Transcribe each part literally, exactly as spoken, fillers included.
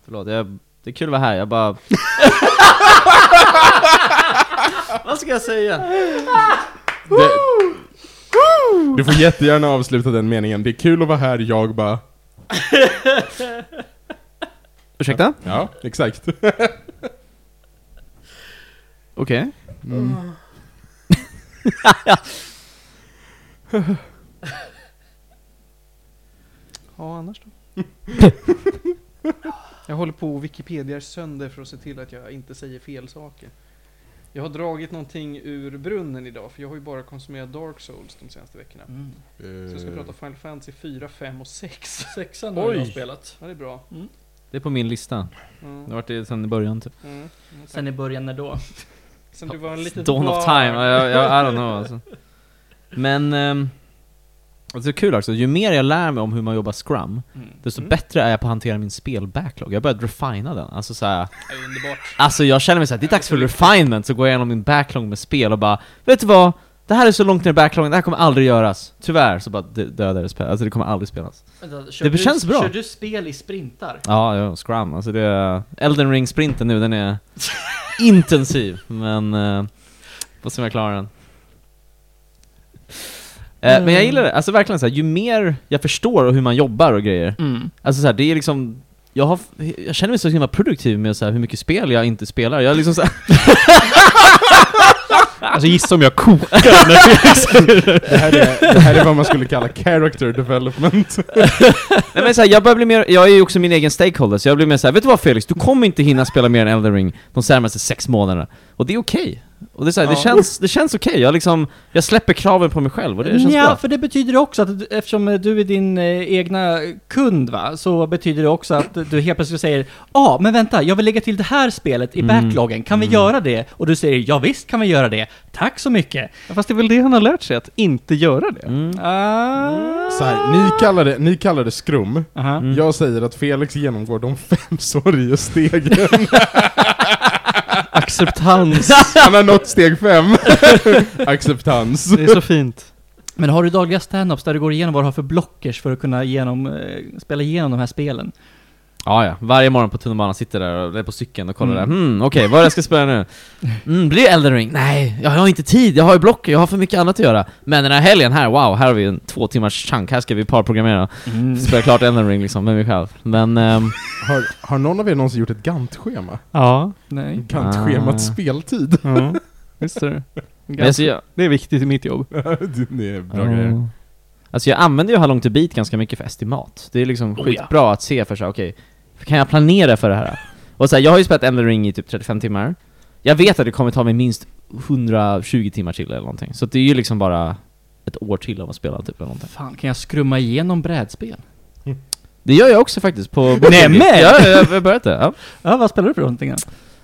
Förlåt, jag, det är kul att vara här. Jag bara... Vad ska jag säga? Det, du får jättegärna avsluta den meningen. Det är kul att vara här, jag bara... Ursäkta? Ja, exakt. Okej. Okay. Mm. Ja, annars då? Jag håller på Wikipedia sönder för att se till att jag inte säger fel saker. Jag har dragit någonting ur brunnen idag, för jag har ju bara konsumerat Dark Souls de senaste veckorna. Mm. Så jag ska prata Final Fantasy fyra, fem och sex. Sexan har jag spelat. Ja, det är bra. Mm. Det är på min lista. Mm. Det har varit det sen i början typ. Mm. Mm, sen i början när då? Sen du var en liten Dawn of time, jag, jag, I don't know alltså. Men um, alltså, det är kul också, ju mer jag lär mig om hur man jobbar Scrum, mm. desto mm. bättre är jag på att hantera min spelbacklog. Jag har börjat refina den. Alltså såhär, underbart. Alltså jag känner mig såhär, det är dags för refinement. Så går jag igenom min backlog med spel och bara, vet du vad? Det här är så långt ner i backloggen, det här kommer aldrig göras. Tyvärr så bara dödar det spel. Alltså det kommer aldrig spelas. Vänta, det du, känns bra. Kör du spel i sprintar? Ja, ja, Scrum. Alltså det är Elden Ring sprinten nu, den är intensiv. Men uh, får se om jag klarar den. Mm. Men jag gillar det, alltså verkligen så här, ju mer jag förstår hur man jobbar och grejer. Mm. Alltså så här, det är liksom jag har jag känner mig så himla produktiv med så här, hur mycket spel jag inte spelar. Jag liksom så här alltså gissa om jag kokar när det här är det här är vad man skulle kalla character development. Nej, men så här, jag börjar bli mer, jag är ju också min egen stakeholder, så jag blir mer så här, vet du vad Felix, du kommer inte hinna spela mer än Elden Ring de närmaste sex månaderna. Och det är okej. Okay. Och det är så här, ja. det känns det känns okej. Okay. Jag liksom jag släpper kraven på mig själv och det känns ja, bra. För det betyder också att du, eftersom du är din eh, egna kund va, så betyder det också att du helt plötsligt säger, ja, ah, men vänta, jag vill lägga till det här spelet i mm. backloggen. Kan vi mm. göra det? Och du säger, ja visst kan vi göra det. Tack så mycket. Ja, fast det är väl det han har lärt sig, att inte göra det. Mm. Ah. Så här, ni kallar det ni kallar det skrum. Uh-huh. Mm. Jag säger att Felix genomgår de fem sorgestegen. Acceptans. Han har nått steg fem. Acceptans. Det är så fint. Men har du dagliga stand-ups där du går igenom vad du har för blockers för att kunna genom, eh, spela igenom de här spelen? Ja, ja. Varje morgon på tunnelbanan sitter där och är på cykeln och kollar mm. där. Hmm, okej, okay, vad är det jag ska spela nu? Mm, blir Elden Ring? Nej, jag har inte tid. Jag har ju blocker, jag har för mycket annat att göra. Men den här helgen här, wow, här har vi en två timmars chunk. Här ska vi parprogrammera. Mm. Spela klart Elden Ring liksom med mig själv. Men um... har, har någon av er någonsin gjort ett Gantt-schema? Ja, nej. Gantt-schemat ah. speltid. Ja, visst är det. Gantt- jag... Det är viktigt i mitt jobb. Det är bra uh. grejer. Alltså jag använder ju How Long To Beat ganska mycket för estimat. Det är liksom oh, skitbra ja. att se för sig, okej. Okay, kan jag planera för det här? Och så här, jag har ju spelat Elden Ring i typ trettiofem timmar. Jag vet att det kommer ta mig minst hundratjugo timmar till eller någonting. Så det är ju liksom bara ett år till av att spela typ eller någonting. Fan, kan jag skrumma igenom brädspel? Mm. Det gör jag också faktiskt på Nej men! Ja, jag har börjat det. Ja. Ja, vad spelar du för någonting?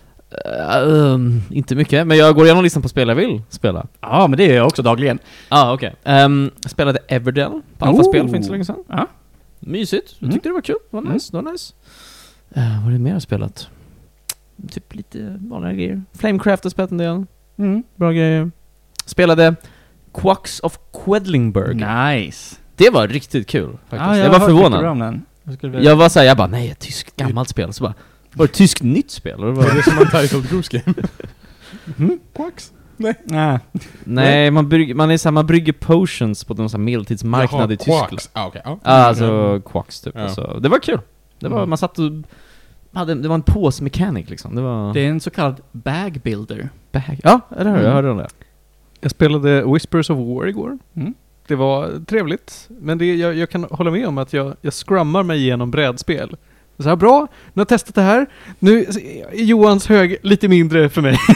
Uh, um, inte mycket, men jag går igenom listan på spel jag vill spela. Ja, men det gör jag också dagligen. Ja, ah, okej. Okay. Um, jag spelade Everdell på Alpha-spel för inte så länge sedan. Ja. Mysigt. Jag tyckte mm. det var kul. Det var nice. Det var nice. Uh, vad är det mer jag spelat? Typ lite vanliga grejer. Flamecraft har spelat en del. Mm. Bra grejer. Spelade Quacks of Quedlingburg. Nice. Det var riktigt kul faktiskt. Ah, jag, jag var förvånad. Jag, jag var såhär, jag bara, nej, ett tyskt gammalt spel. Så bara, var det ett tyskt nytt spel? Eller var det som en titled Goose Game? mm? Quacks? Nej. Nej. Nej, man, brygger, man, är så här, man brygger potions på någon sån här medeltidsmarknad Jaha, i Tyskland. Ah, okay. ah. ah, alltså mm. Quacks typ. Ja. Alltså, det var kul. Det var, mm. man satt och hade, det var en påsmekanik liksom. Det var Det är en så kallad bag builder. Bag. Ja, det hörde, mm. jag hörde om det. Jag spelade Whispers of War igår. Mm. Det var trevligt, men det, jag, jag kan hålla med om att jag, jag scrummar mig igenom brädspel. Så här, bra, nu har jag testat det här. Nu är Johans hög lite mindre för mig.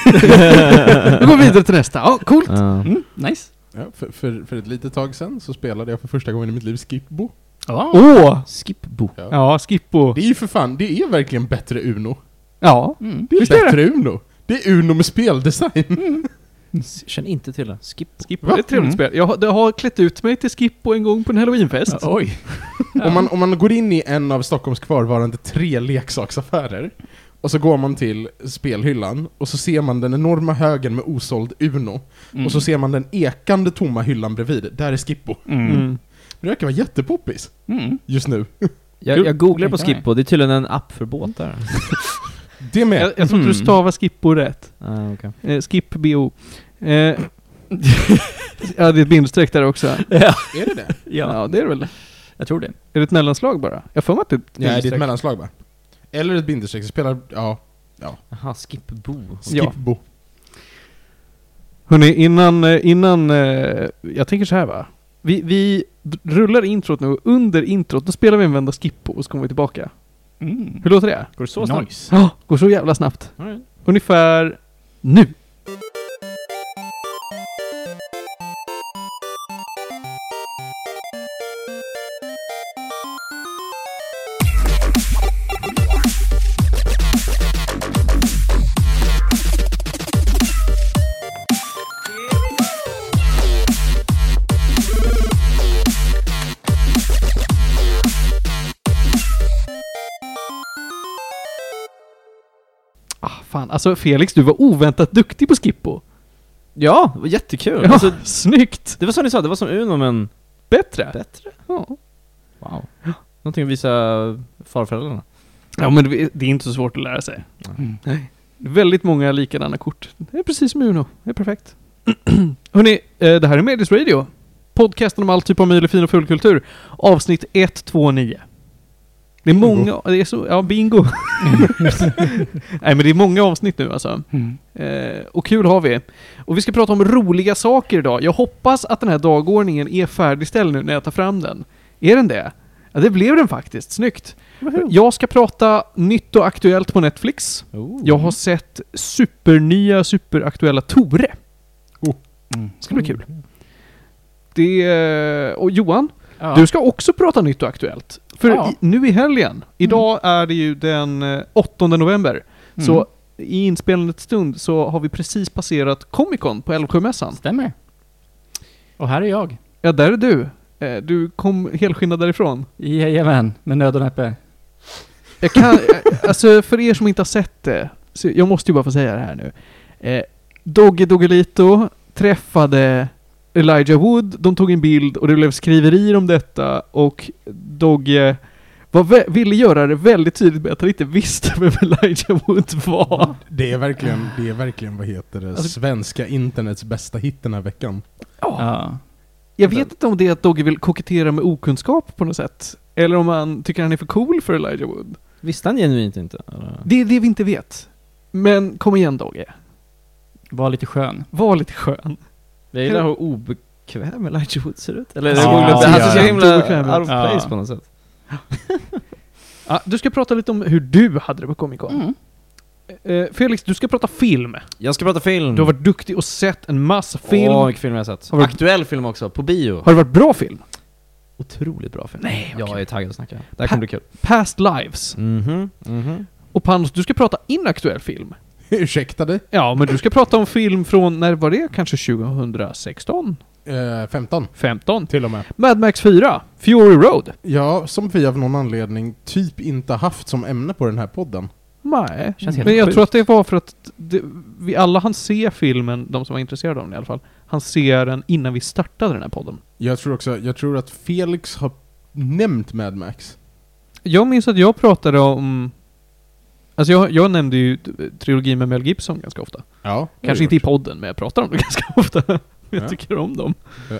Nu går vi vidare till nästa. Ja, coolt. Uh. Mm, nice. Ja, för, för, för ett litet tag sedan så spelade jag för första gången i mitt liv Skipbo. Åh, oh. oh. Skipbo. Ja. ja, Skipbo. Det är ju för fan, det är verkligen bättre Uno. Ja, mm. det är Visst bättre är det? Uno. Det är Uno med speldesign. Mm. Jag känner inte till det. Skippo. Skippo är ett trevligt mm. spel. Jag har, jag har klätt ut mig till Skippo en gång på en Halloweenfest. Ja, oj. Ja. om, man, om man går in i en av Stockholms kvarvarande tre leksaksaffärer och så går man till spelhyllan och så ser man den enorma högen med osåld Uno mm. och så ser man den ekande tomma hyllan bredvid. Där är Skippo. Mm. Mm. Det verkar vara jättepoppis mm. just nu. Jag, jag googlar på Tänkte Skippo, det är tydligen en app för båtar. Det med. Jag, jag tror inte du stavar Skippo rätt. Ah, okay. Eh, skip B O. Eh, ja, det är ett bindestreck där också. Ja. Är det det? Ja. Ja, det är det väl. jag tror det. Är det ett mellanslag bara? Jag får mig att det är ett Nej, det är ett bindestreck. mellanslag va? Eller ett bindestreck, det spelar, ja, ja. Jaha, Skipbo. Ja. Skipbo. Hörrni, innan, eh, innan eh, jag tänker så här va. Vi, vi d- rullar introt nu och under introt då spelar vi en vända Skippo och så kommer vi tillbaka. Mm. Hur låter det? Går det så snabbt? Nice. Ja, går så jävla snabbt. All right. Ungefär nu. Ah, fan. Alltså Felix, du var oväntat duktig på Skippo. Ja, det var jättekul. Ja, Alltså, snyggt. det var som ni sa, det var som Uno men Bättre. bättre. Ja. Wow. Någonting att visa farföräldrarna. Ja, men det det är inte så svårt att lära sig. Mm. Nej. Väldigt många likadana kort. Det är precis som Uno. Det är perfekt. Hörrni, eh, det här är Medis Radio. Podcasten om all typ av möjlig fin och fullkultur. Avsnitt ett två nio. Det är Bingo. många... Det är så, ja, bingo. Nej, men det är många avsnitt nu alltså. Mm. Eh, och kul har vi. Och vi ska prata om roliga saker idag. Jag hoppas att den här dagordningen är färdigställd nu när jag tar fram den. Är den det? Ja, det blev den faktiskt. Snyggt. Jag ska prata nytt och aktuellt på Netflix. Oh. Jag har sett supernya, superaktuella Tore. Mm. Det ska bli kul. Det, och Johan, Ja. du ska också prata nytt och aktuellt. För Ja. i, nu i helgen, idag är det ju den eh, åttonde november. Mm. Så i inspelandets stund så har vi precis passerat Comic Con på Älvsjömässan. Stämmer. Och här är jag. Ja, där är du. Eh, Du kom helskinnad därifrån. Jajamän, med nöd och näppe. Jag kan, eh, alltså för er som inte har sett det, så jag måste ju bara få säga det här nu. Eh, Dogge Doggelito träffade Elijah Wood, de tog en bild och det blev skriverier om detta och Dogge var vä- ville göra det väldigt tydligt med att han inte visste vem Elijah Wood var. Det är verkligen, det är verkligen, vad heter det, Alltså- svenska internets bästa hit den här veckan. Ja. Jag vet inte om det är att Dogge vill kokettera med okunskap på något sätt. Eller om han tycker han är för cool för Elijah Wood. Visste han genuint inte? Eller? Det är det vi inte vet. Men kom igen Dogge. Var lite skön. Var lite skön. Jag gillar hur obekväm Elijah Wood ser ut. Eller Ja, det ja, han ser så ja. himla Obekväm ut. out of place Ja. på något sätt. Ja, du ska prata lite om hur du hade det på Comic Con. Mm. Eh, Felix, du ska prata film. Jag ska prata film. Du har varit duktig och sett en massa film. Åh, vilken film jag har sett. Har du- Aktuell film också, på bio. Har det varit bra film? Otroligt bra film. Nej, vad Jag kul. är taggad att snacka. Det här kommer bli kul. Past Lives. Mhm, mhm. Och Panos, du ska prata inaktuell film. Ursäkta dig? Ja, men du ska prata om film från, när var det? Kanske tjugohundrasexton? Eh, femton femton? till och med. Mad Max fyra, Fury Road. Ja, som vi av någon anledning typ inte haft som ämne på den här podden. Nej, Känns helt men jag sjukt. tror att det var för att det, vi alla hann se filmen, de som var intresserade av den i alla fall, han ser den innan vi startade den här podden. Jag tror också, jag tror att Felix har nämnt Mad Max. Jag minns att jag pratade om... Alltså jag, jag nämnde ju trilogin med Mel Gibson ganska ofta. Ja. Kanske inte i podden, men jag pratar om det ganska ofta. jag Ja. tycker om dem. Ja.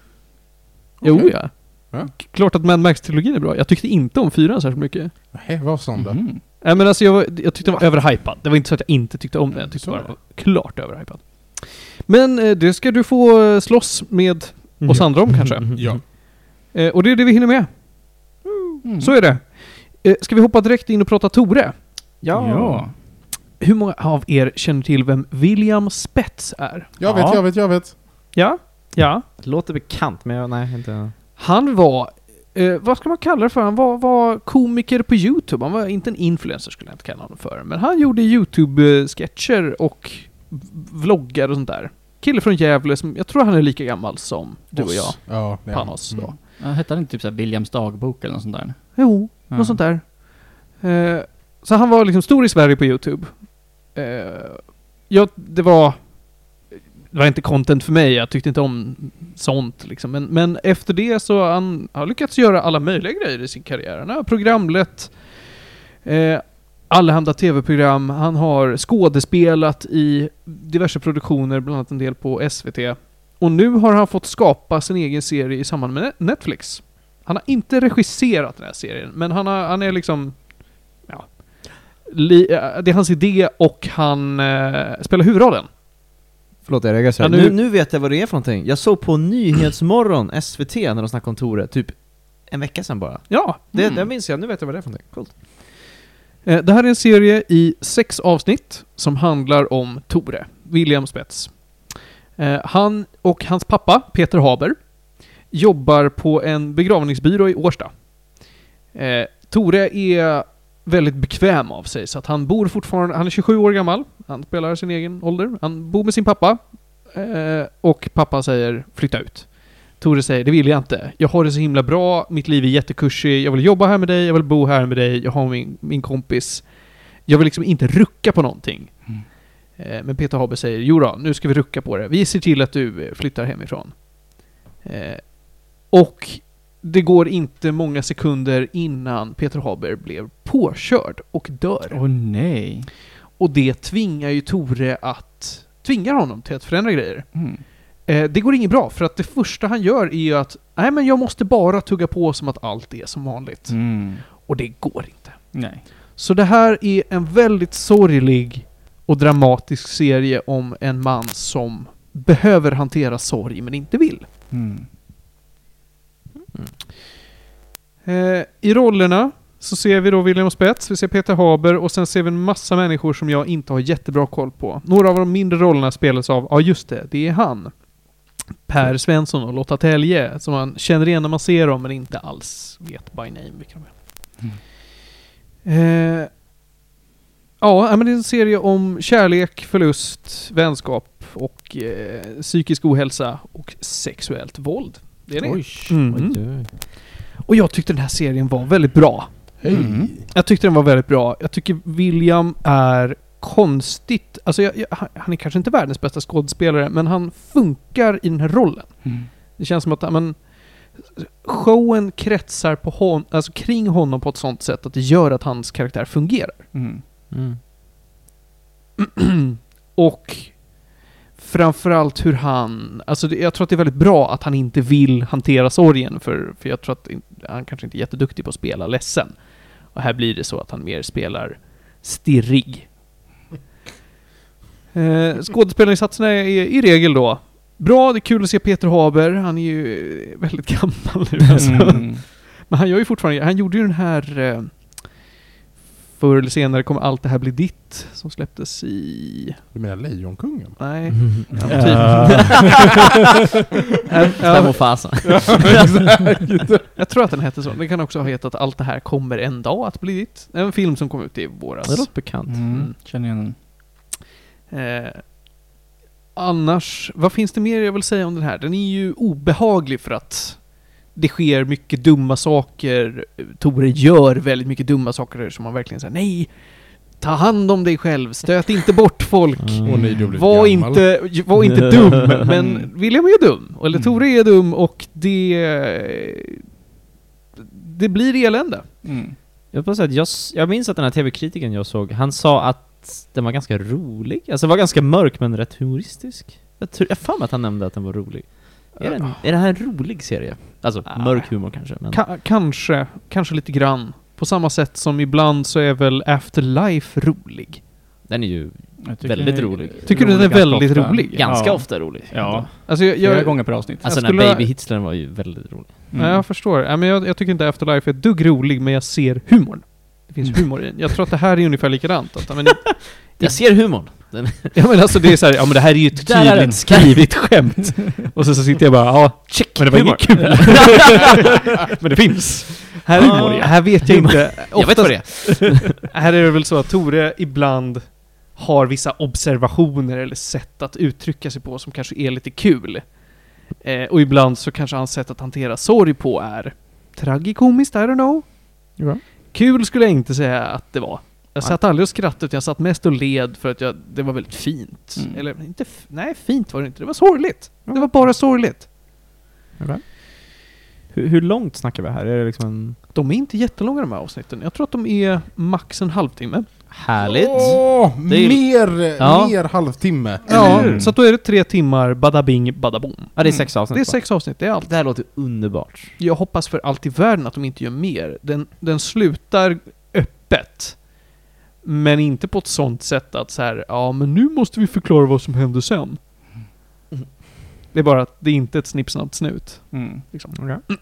Jo, Okej. ja. Ja. K- Klart att Mad Max-trilogin är bra. Jag tyckte inte om fyran särskilt mycket. Nej, vad sa han då? Mhm. Nej men alltså jag, var, jag tyckte den var överhypad. Det var inte så att jag inte tyckte om den. Jag tyckte Så bara är den var klart överhypad. Men eh, det ska du få eh, slåss med oss andra om kanske. Ja. Eh, och det är det vi hinner med. Mm. Så är det. Eh, ska vi hoppa direkt in och prata Tore? Ja. Ja. Hur många av er känner till vem William Spets är? Jag vet, Ja. jag vet, jag vet. Ja? Ja. Låter bekant, men jag, nej, inte... Han var, eh, vad ska man kalla det för? Han var, var komiker på YouTube. Han var inte en influencer skulle jag inte kalla honom för. Men han gjorde YouTube-sketcher och v- vloggar och sånt där. Kille från Gävle som, jag tror han är lika gammal som du och jag. Oss. Ja, det är han. Panos då. Ja, hette han inte typ såhär Williams dagbok eller något sånt där? Jo, Ja. något sånt där. Eh, så han var liksom stor i Sverige på YouTube. Eh, ja, det var det var inte content för mig, jag tyckte inte om sånt liksom. Men, men efter det så har han har lyckats göra alla möjliga grejer i sin karriär. Han har programlett eh, allehanda tv-program, han har skådespelat i diverse produktioner, bland annat en del på S V T. Och nu har han fått skapa sin egen serie i samband med Netflix. Han har inte regisserat den här serien, men han, har, han är liksom... Ja, li, det är hans idé och han eh, spelar huvudrollen. Förlåt, jag reagerar så här. Ja, nu... nu- Nu, vet jag vad det är för någonting. Jag såg på Nyhetsmorgon, S V T, när de snackade om Tore, typ en vecka sedan bara. Ja, Det, mm. det minns jag, nu vet jag vad det är för någonting. Coolt. Eh, Det här är en serie i sex avsnitt som handlar om Tore, William Spets. Eh, Han och hans pappa, Peter Haber, jobbar på en begravningsbyrå i Årsta. Eh, Tore är väldigt bekväm av sig, så att han bor fortfarande, han är tjugosju år gammal, han spelar sin egen ålder, han bor med sin pappa, eh, och pappa säger flytta ut. Tore säger, det vill jag inte. Jag har det så himla bra, mitt liv är jättekursigt, jag vill jobba här med dig, jag vill bo här med dig, jag har min, min kompis. Jag vill liksom inte rucka på någonting. Mm. Eh, men Peter Haber säger, jo då, nu ska vi rucka på det. Vi ser till att du eh, flyttar hemifrån. Eh, och det går inte många sekunder innan Peter Haber blev påkörd och dör. Åh nej. Och det tvingar ju Tore att, tvingar honom till att förändra grejer. Mm. Eh, det går inget bra, för att det första han gör är ju att nej, men jag måste bara tugga på som att allt är som vanligt. Mm. Och det går inte. Nej. Så det här är en väldigt sorglig och dramatisk serie om en man som behöver hantera sorg men inte vill. Mm. Eh, I rollerna så ser vi då William Spets, vi ser Peter Haber och sen ser vi en massa människor som jag inte har jättebra koll på. Några av de mindre rollerna spelas av, ja just det, det är han. Per Svensson och Lotta Telje, som man känner igen när man ser dem men inte alls vet by name vilka de är. Mm. Eh, ja, men det är en serie om kärlek, förlust, vänskap och eh, psykisk ohälsa och sexuellt våld. Det är det. Oj. Mm. Oj, oj. Och jag tyckte den här serien var väldigt bra. Hej! Mm. Jag tyckte den var väldigt bra. Jag tycker William är konstigt... Alltså jag, jag, han är kanske inte världens bästa skådespelare, men han funkar i den här rollen. Mm. Det känns som att men, showen kretsar på hon, alltså kring honom på ett sånt sätt att det gör att hans karaktär fungerar. Mm. Mm. Och framförallt hur han... Alltså det, jag tror att det är väldigt bra att han inte vill hantera sorgen, för, för jag tror att han kanske inte är jätteduktig på att spela ledsen. Och här blir det så att han mer spelar stirrig. Eh, skådespelarinsatserna är i regel då bra, det är kul att se Peter Haber. Han är ju väldigt gammal nu alltså. Mm. Men han gör ju fortfarande... Han gjorde ju den här... Eh, förr eller senare kommer allt det här bli ditt, som släpptes i... Du menar Lejonkungen? Nej. Ja. Ja, typ. Stäm Ja, och fasen. jag tror att den hette så. Den kan också ha hetat Allt det här kommer en dag att bli ditt. En film som kom ut i våras. Det låter bekant. Mm. Känner igen den. Eh, annars, vad finns det mer jag vill säga om den här? Den är ju obehaglig för att det sker mycket dumma saker. Tore gör väldigt mycket dumma saker som man verkligen säger nej, ta hand om dig själv, stöt inte bort folk. Mm. Åh nej, du blir Var gammal. inte, var inte dum, men William är ju dum. Eller Mm. Tore är dum och det... Det blir elände. Mm. Jag, får säga att jag, s- jag minns att den här tv-kritiken jag såg, han sa att den var ganska rolig. Alltså den var ganska mörk men rätt humoristisk. Jag tror, jag fan att han nämnde att den var rolig. Är, den, är det här en rolig serie? Alltså, Ah. mörk humor kanske, men... Ka- kanske, kanske lite grann. På samma sätt som ibland så är väl Afterlife rolig. Den är ju Jag tycker väldigt den är rolig. Tycker du den är ganska väldigt ofta. rolig? ganska Ja. ofta rolig. Ja, Alltså jag, flera jag, gånger per avsnitt. Alltså den skulle- här Baby Hitler var ju väldigt rolig. Mm. ja, jag förstår. Ja, men jag, jag tycker inte Afterlife är ett dugg rolig, men jag ser humorn. Det finns humor i den. Jag tror att det här är ungefär likadant. Att, men, Jag ser humorn. Den, ja men alltså det är så här, ja men det här är ju ett Där är den. tydligt skrivet skämt. Och så, så sitter jag bara, ja, check, men det var humor. inget kul. Men det finns. Här, Humor, ja. här vet jag inte. jag vet vad det är. Här är det väl så att Tore ibland har vissa observationer eller sätt att uttrycka sig på som kanske är lite kul. Eh, och ibland så kanske hans sätt att hantera sorg på är tragikomiskt, I don't know. Ja. Kul skulle jag inte säga att det var. Jag satt aldrig och skrattade, utan jag satt mest och led för att jag, det var väldigt fint. Mm. Eller inte, f- nej fint var det inte, det var sorgligt. Det var bara sorgligt. Okay. Hur, hur långt snackar vi här? Är det liksom en... De är inte jättelånga de här avsnitten. Jag tror att de är max en halvtimme. Härligt! Åh, Det är- mer, Ja. mer halvtimme. Ja, hur? så att då är det tre timmar, bada bing, bada boom. Ja, det är sex avsnitt. Det är va? sex avsnitt, det är allt. Det här låter underbart. Jag hoppas för allt i världen att de inte gör mer. Den, den slutar öppet. Men inte på ett sånt sätt att så här, ja men nu måste vi förklara vad som hände sen. Mm. Det är bara att det är inte ett snipp, snabbt, snut. Mm. Liksom. Okay.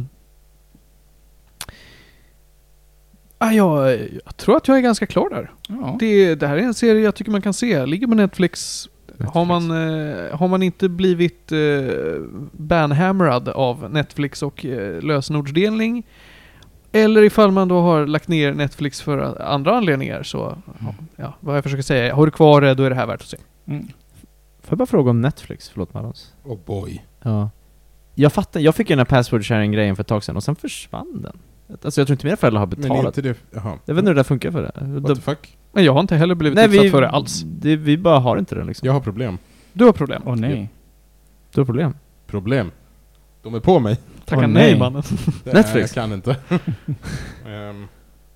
ah, jag, jag tror att jag är ganska klar där. Ja. Det, det här är en serie jag tycker man kan se. Ligger på Netflix. Netflix. Har, man, eh, har man inte blivit eh, banhamrad av Netflix och eh, lösenordsdelning, eller ifall man då har lagt ner Netflix för andra anledningar, så ja, vad jag försöker säga, har du kvar det, då är det här värt att se. Mm. Får jag bara fråga om Netflix? Förlåt Marlons. Oh boy. Ja. Jag fattar, jag fick ju den här password sharing-grejen för ett tag sedan och sen försvann den. Alltså jag tror inte mina föräldrar har Men är betalat. inte det... Jaha. Jag vet inte hur det där funkar för det. What the fuck? Men jag har inte heller blivit Nej, utsatt vi, för det alls. det, vi bara har inte den liksom. Jag har problem. Du har problem. Åh nej. Du har problem. Problem. De är på mig. Tacka Åh, nej, nej. mannen. Det- Netflix? Jag kan inte. Ehm,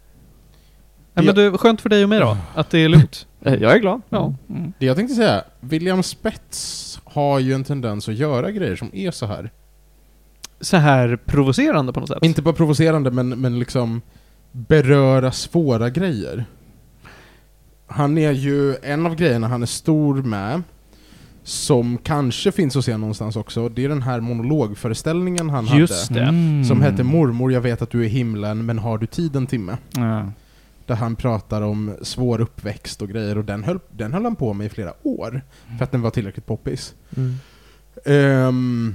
Nej, men det är skönt för dig och mig då, att det är lugnt. Eh, Jag är glad. Ja. Mm. det jag tänkte säga, William Spets har ju en tendens att göra grejer som är så här. Så här provocerande på något sätt. Inte bara provocerande, men, men liksom beröra svåra grejer. Han är ju en av grejerna han är stor med, som kanske finns att se någonstans också. Det är den här monologföreställningen han Just hade. det. Mm. Som heter Mormor, jag vet att du är i himlen, men har du tid en timme? Ja. Där han pratar om svår uppväxt och grejer, och den höll, den höll han på med i flera år. För att den var tillräckligt poppis. Mm. Ehm,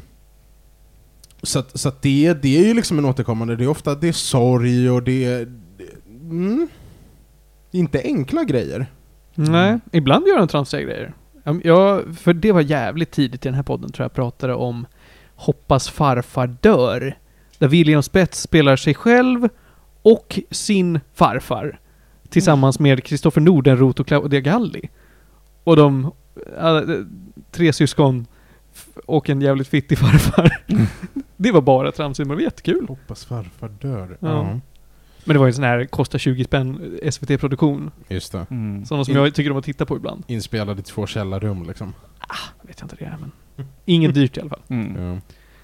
så att, så att det, det är ju liksom en återkommande, det är ofta det är sorg och det är mm, inte enkla grejer. Nej, ibland gör han tramsiga grejer. Ja, Jag, för det var jävligt tidigt i den här podden, tror jag pratade om Hoppas farfar dör. Där William Spets spelar sig själv och sin farfar tillsammans med Kristoffer Nordenroth och Claudia Galli. Och de äh, tre syskon f- och en jävligt fittig farfar. Mm. Det var bara tramsigt, men det var jättekul. Hoppas farfar dör. Ja. Ja, Men det var ju en sån här kostar tjugo spänn S V T-produktion. just det. Mm. Sådana som In- jag tycker om att titta på ibland. Inspelad i två källarrum liksom. Jag vet inte det är, men inget dyrt i alla fall. Mm. Ja.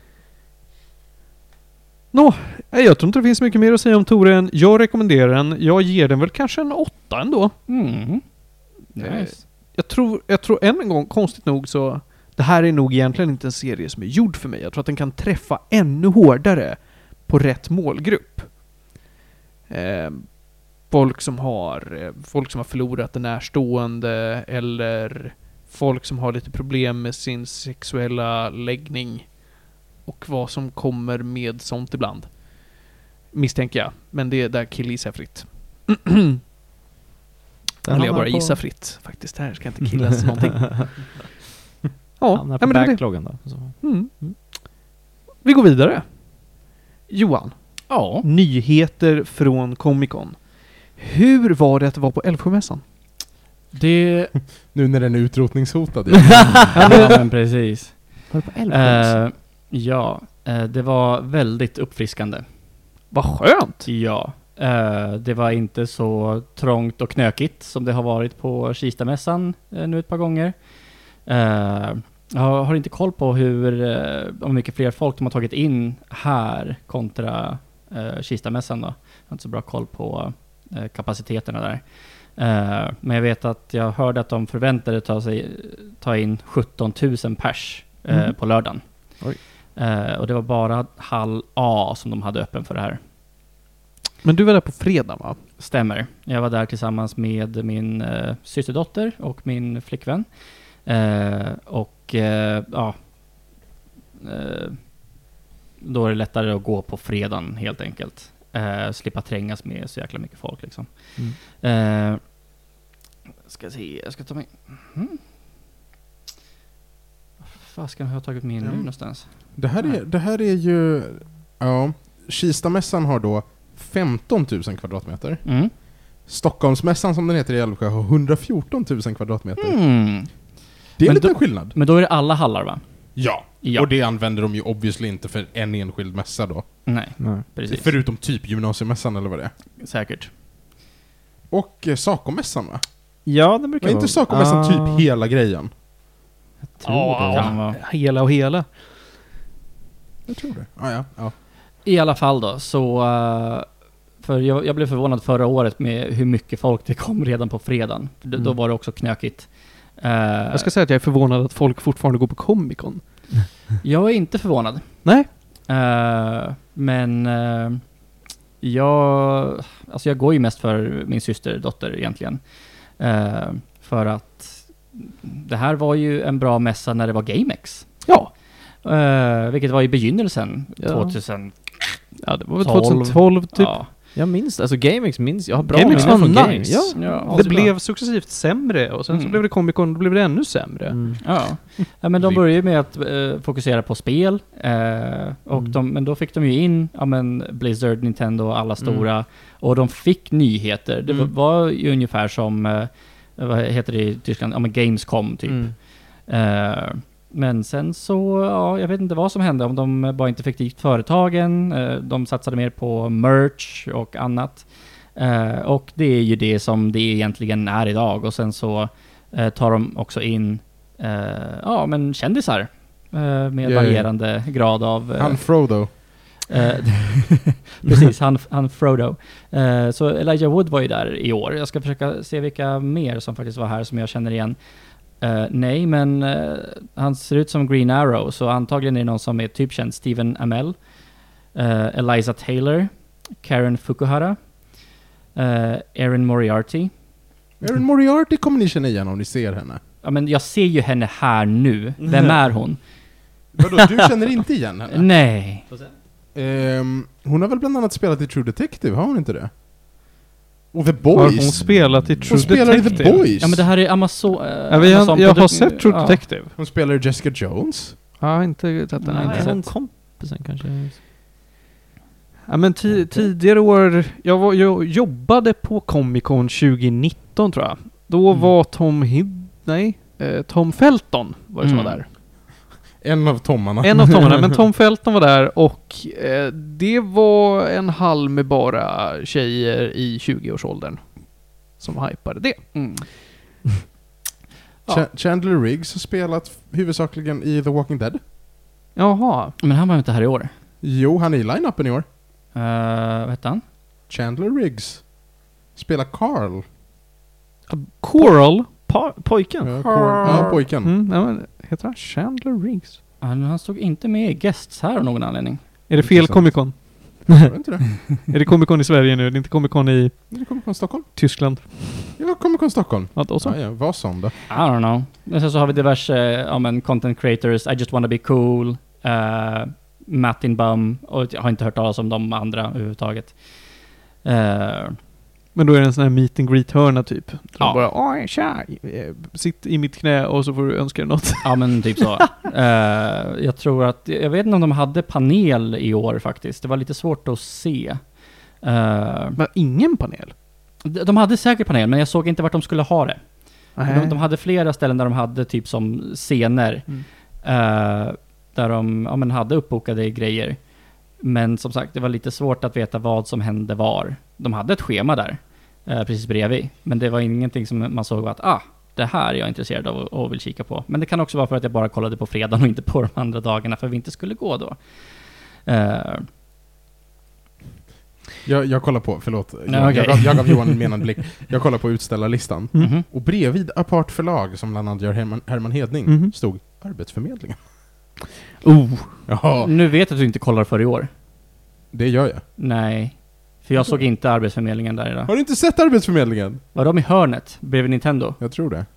Nå, nej, jag tror inte det finns mycket mer att säga om Toren. Jag rekommenderar den. Jag ger den väl kanske en åtta ändå. Mm. Nice. Jag tror, jag tror än en gång, konstigt nog så, det här är nog egentligen inte en serie som är gjord för mig. Jag tror att den kan träffa ännu hårdare på rätt målgrupp. Eh, folk som har eh, folk som har förlorat en närstående, eller folk som har lite problem med sin sexuella läggning och vad som kommer med sånt ibland. Misstänker jag. Men det är där killis är fritt. Eller jag bara gissar fritt. Faktiskt, här ska inte killas någonting. Ja, Hamnar nej, på men det är det. backloggen då. Så. Mm. Vi går vidare. Johan, Ja. nyheter från Comic Con. Hur var det att vara på Älvsjömässan? Det... Nu när den är utrotningshotad. ja, men precis. Var det på Älvsjö? Eh, ja, eh, det var väldigt uppfriskande. Vad skönt! Ja. Eh, det var inte så trångt och knökigt som det har varit på Kistamässan eh, nu ett par gånger. Eh, jag har inte koll på hur eh, om mycket fler folk de har tagit in här kontra eh, Kistamässan då. Jag har inte så bra koll på eh, kapaciteterna där. Eh, men jag vet att jag hörde att de förväntade ta, sig, ta in sjutton tusen pers eh, Mm. på lördagen. Oj. Eh, och det var bara hall A som de hade öppen för det här. Men du var där på fredag, va? Stämmer. Jag var där tillsammans med min eh, systerdotter och min flickvän. Eh, och eh, ja, eh, då är det lättare att gå på fredagen helt enkelt. Eh, slippa trängas med så jäkla mycket folk liksom. Mm. Eh, ska se, jag ska ta mig... Mm. Vad ska jag ha tagit mig in nu Ja. någonstans? Det här är, det här är ju... Ja, Kistamässan har då femton tusen kvadratmeter. Mm. Stockholmsmässan som den heter i Älvsjö har hundrafjorton tusen kvadratmeter. Mm. Det är en Men liten då- skillnad. Men då är det alla hallar, va? Ja. Ja. Och det använder de ju obviously inte för en enskild mässa då. Nej, Nej. precis. Förutom typ gymnasiemässan eller vad det är. Säkert. Och eh, Sacomässan va? Ja, det brukar Var vara. inte Sacomässan Ah, typ hela grejen? tror Ja, det. Kan vara. Hela och hela. Jag tror det. Ah, ja, ja. I alla fall då, så... eh, för jag, jag blev förvånad förra året med hur mycket folk det kom redan på fredagen. För d- Då Mm. var det också knökigt. Eh, Jag ska säga att jag är förvånad att folk fortfarande går på Comic Con. jag är inte förvånad. Nej. Eh, men... eh, jag... Alltså jag går ju mest för min systerdotter egentligen. Eh, för att... Det här var ju en bra mässa när det var GameX. Ja. Eh, vilket var i begynnelsen, Ja. tvåtusen. Ja, det var väl tolv. tjugohundratolv typ. Ja. Jag minns, alltså GameX minns, jag har bra GameX minnen var från nice. GameX. Ja. Ja, Det så blev bra. successivt sämre och sen så Mm. blev det Comic Con och då blev det ännu sämre. Mm. Ja. ja, men de började ju med att eh, fokusera på spel. Eh, och Mm. de, men då fick de ju in ja, men Blizzard, Nintendo och alla stora. Och de fick nyheter. Det Mm. var, var ju ungefär som, eh, vad heter det i Tyskland? Ja, men Gamescom typ. Mm. Eh, men sen så, ja, jag vet inte vad som hände. Om de bara inte fick dit företagen. Eh, de satsade mer på merch och annat. Eh, och det är ju det som det egentligen är idag. Och sen så eh, tar de också in eh, ja, men kändisar. Eh, med Yay. varierande grad av... eh, Han Frodo. Eh, Precis, han, han Frodo. Eh, så Elijah Wood var ju där i år. Jag ska försöka se vilka mer som faktiskt var här som jag känner igen. Eh, nej, men eh, han ser ut som Green Arrow, så antagligen är det någon som är typ känd. Stephen Amell, eh, Eliza Taylor, Karen Fukuhara, eh, Erin Moriarty. Erin Moriarty kommer ni känna igen om ni ser henne. Ja, men jag ser ju henne här nu. Vem är hon? Vadå, du känner inte igen henne? Nej. Ehm, hon har väl bland annat spelat i True Detective, har hon inte det? Och The Har Boys. hon spelat i True Hon spelar i The Detective? Boys. Ja, men det här är Amazon... eh, Ja, vi har, Amazon jag har produk- sett True ja. Detective. Hon spelar i Jessica Jones. Jag har inte sett den. Nej, Nej, Är inte hon sett. kompisen kanske? Ja, men ti- tidigare år, jag, var, jag jobbade på Comic Con tjugonitton tror jag. Då Mm. var Tom Hid... Nej, eh, Tom Felton var det som Mm. var där. En av Tommarna. En av Tommarna, men Tom Felton var där och eh, det var en hall med bara tjejer i tjugoårsåldern som hypade det. Mm. Ch- Chandler Riggs har spelat huvudsakligen i The Walking Dead. Jaha. Men han var inte här i år. Jo, han är i line-upen i år. Uh, vad hette han? Chandler Riggs. Spelar Carl. Coral. Pa- pojken? Ja, Carl. Ja, pojken. Mm, ja, men, heter han Chandler Riggs? Han, han stod inte med i Guests här av någon anledning. Är det fel Intressant. Comic Con? Var det inte det? Är det Comic Con i Sverige nu? Det är inte Comic Con i Det kommer från Stockholm. Tyskland? Ja, kommer från Stockholm. Ja, då så. Ja, ja, vad som då? I don't know. Men sen så har vi diverse ja, men content creators, I just wanna be cool, uh, Martin Bum, och jag har inte hört talas om de andra överhuvudtaget. Uh, Men då är det en sån här meet and greet-hörna typ. Där Ja. de bara oj tja, eh, sitt i mitt knä och så får du önska dig något. ja men typ så. Uh, jag tror att, jag vet inte om de hade panel i år faktiskt. Det var lite svårt att se. Uh, Men ingen panel? de, de hade säkert panel, men jag såg inte vart de skulle ha det. Nej. De, de hade flera ställen där de hade typ som scener. Mm. eh, där de ja, men hade uppbokade grejer. Men som sagt, det var lite svårt att veta vad som hände var. De hade ett schema där, eh, precis bredvid. Men det var ingenting som man såg att, ah, det här är jag intresserad av och, och vill kika på. Men det kan också vara för att jag bara kollade på fredagen och inte på de andra dagarna, för vi inte skulle gå då. Eh, Jag, jag kollar på, förlåt. Jag, Nej, okej. jag, gav, jag gav Johan en menande blick. Jag kollar på utställarlistan. mhm. Och bredvid Apart förlag, som bland annat gör Herman, Herman Hedning, Mhm. stod Arbetsförmedlingen. Oh. Ja, Nu vet jag att du inte kollar för i år. det gör jag. Nej. För jag såg inte Arbetsförmedlingen där idag. Har du inte sett Arbetsförmedlingen? Var de i hörnet bredvid Nintendo? Jag tror det.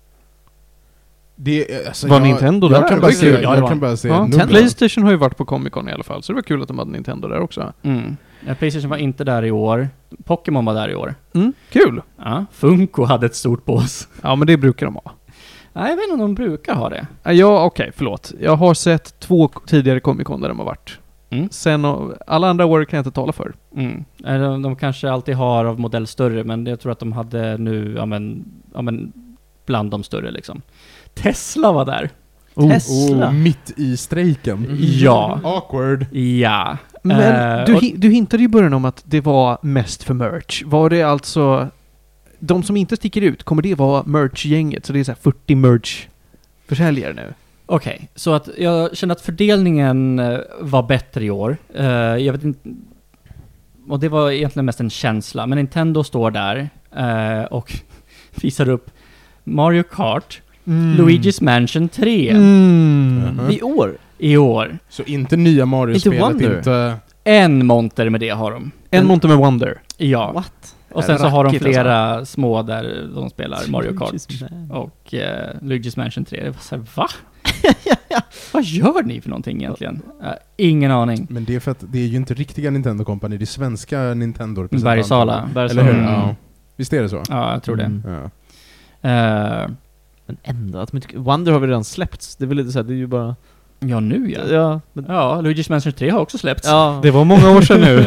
Det är, alltså, Var jag, Nintendo jag där? Kan Det bara var se, kul. Ja, det jag var- kan bara se Ja, nummer. Playstation har ju varit på Comic Con i alla fall, så det var kul att de hade Nintendo där också. Mm. Ja, PlayStation var inte där i år. Pokémon var där i år. Mm, kul! Ja. Funko hade ett stort bås. Ja, men det brukar de ha. Nej, jag vet inte om de brukar ha det. Ja, okej, förlåt. Jag har sett två k- tidigare Comic Con där de har varit. Mm. Sen och, alla andra år kan jag inte tala för. Mm. Eh, De, de kanske alltid har av modell större, men jag tror att de hade nu, ja men, ja men bland de större liksom. Tesla var där. Tesla. Oh, mitt i strejken. Ja. Awkward. Ja. Men Eh, du, och- hi- du hintade i början om att det var mest för merch. Var det alltså... De som inte sticker ut, kommer det vara merch-gänget? Så det är så här fyrtio merch-försäljare nu? Okej, så att jag kände att fördelningen eh, var bättre i år. Eh, jag vet inte... Och det var egentligen mest en känsla. Men Nintendo står där eh, och visar upp Mario Kart, Luigi's Mansion tre Mm. Mhm. I år? i år. Så inte nya Mario-spelet, Inte Wonder? inte... En monter med det har de. En monter med Wonder. Ja. What? Och sen så har de Rackigt, flera små där de spelar Mario Kart Luigi's Man. och eh, Luigi's Mansion tre. Det var såhär, va? Vad gör ni för någonting egentligen? Uh, ingen aning. Men det är för att det är ju inte riktiga Nintendo Company, det är svenska Nintendo. Bergsala. Eller hur? Mm. Ja. Visst är det så? Ja, jag tror det. Mm. Ja. Eh, Men ändå, att man tycker, Wonder har vi redan släppts. Det är väl lite så här, det är ju bara... ja, nu ja. Ja, men, Ja, Luigi's Mansion tre har också släppts. ja. Det var många år sedan nu.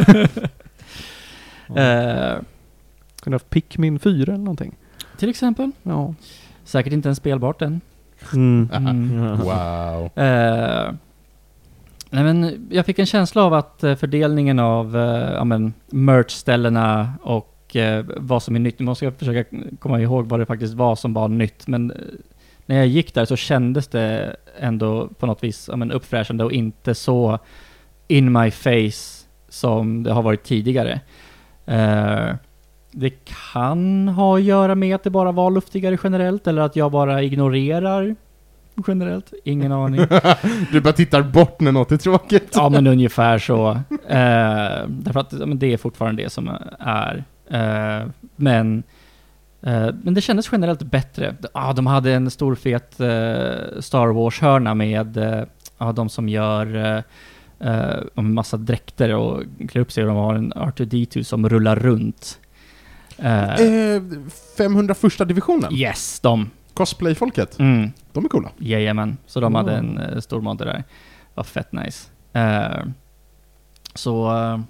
Eh, Kunde haft Pikmin fyra eller någonting. till exempel. Ja. Säkert inte ens spelbart än. Mm. Mm. Wow. Eh, nej men jag fick en känsla av att eh, fördelningen av eh, ja, men, merch-ställena och eh, vad som är nytt. Nu måste jag försöka komma ihåg vad det faktiskt var som var nytt. Men eh, när jag gick där så kändes det ändå på något vis ja, men, uppfräschande och inte så in my face som det har varit tidigare. Eh, det kan ha att göra med att det bara var luftigare generellt eller att jag bara ignorerar generellt. Ingen aning. Du bara tittar bort när något är tråkigt. Ja, men ungefär så. Eh, därför att ja, men det är fortfarande det som är. Eh, men, eh, men det kändes generellt bättre. Ah, de hade en stor fet eh, Star Wars-hörna med eh, ja, de som gör eh, eh, en massa dräkter och klär upp sig. Och de har en R två D två som rullar runt. Eh, Eh, femhundraförsta divisionen. yes, de. Cosplay-folket. Mm. De är coola. Jajamän, så de Oh. hade en uh, stor monter där. Var fett nice. Uh, så... Uh,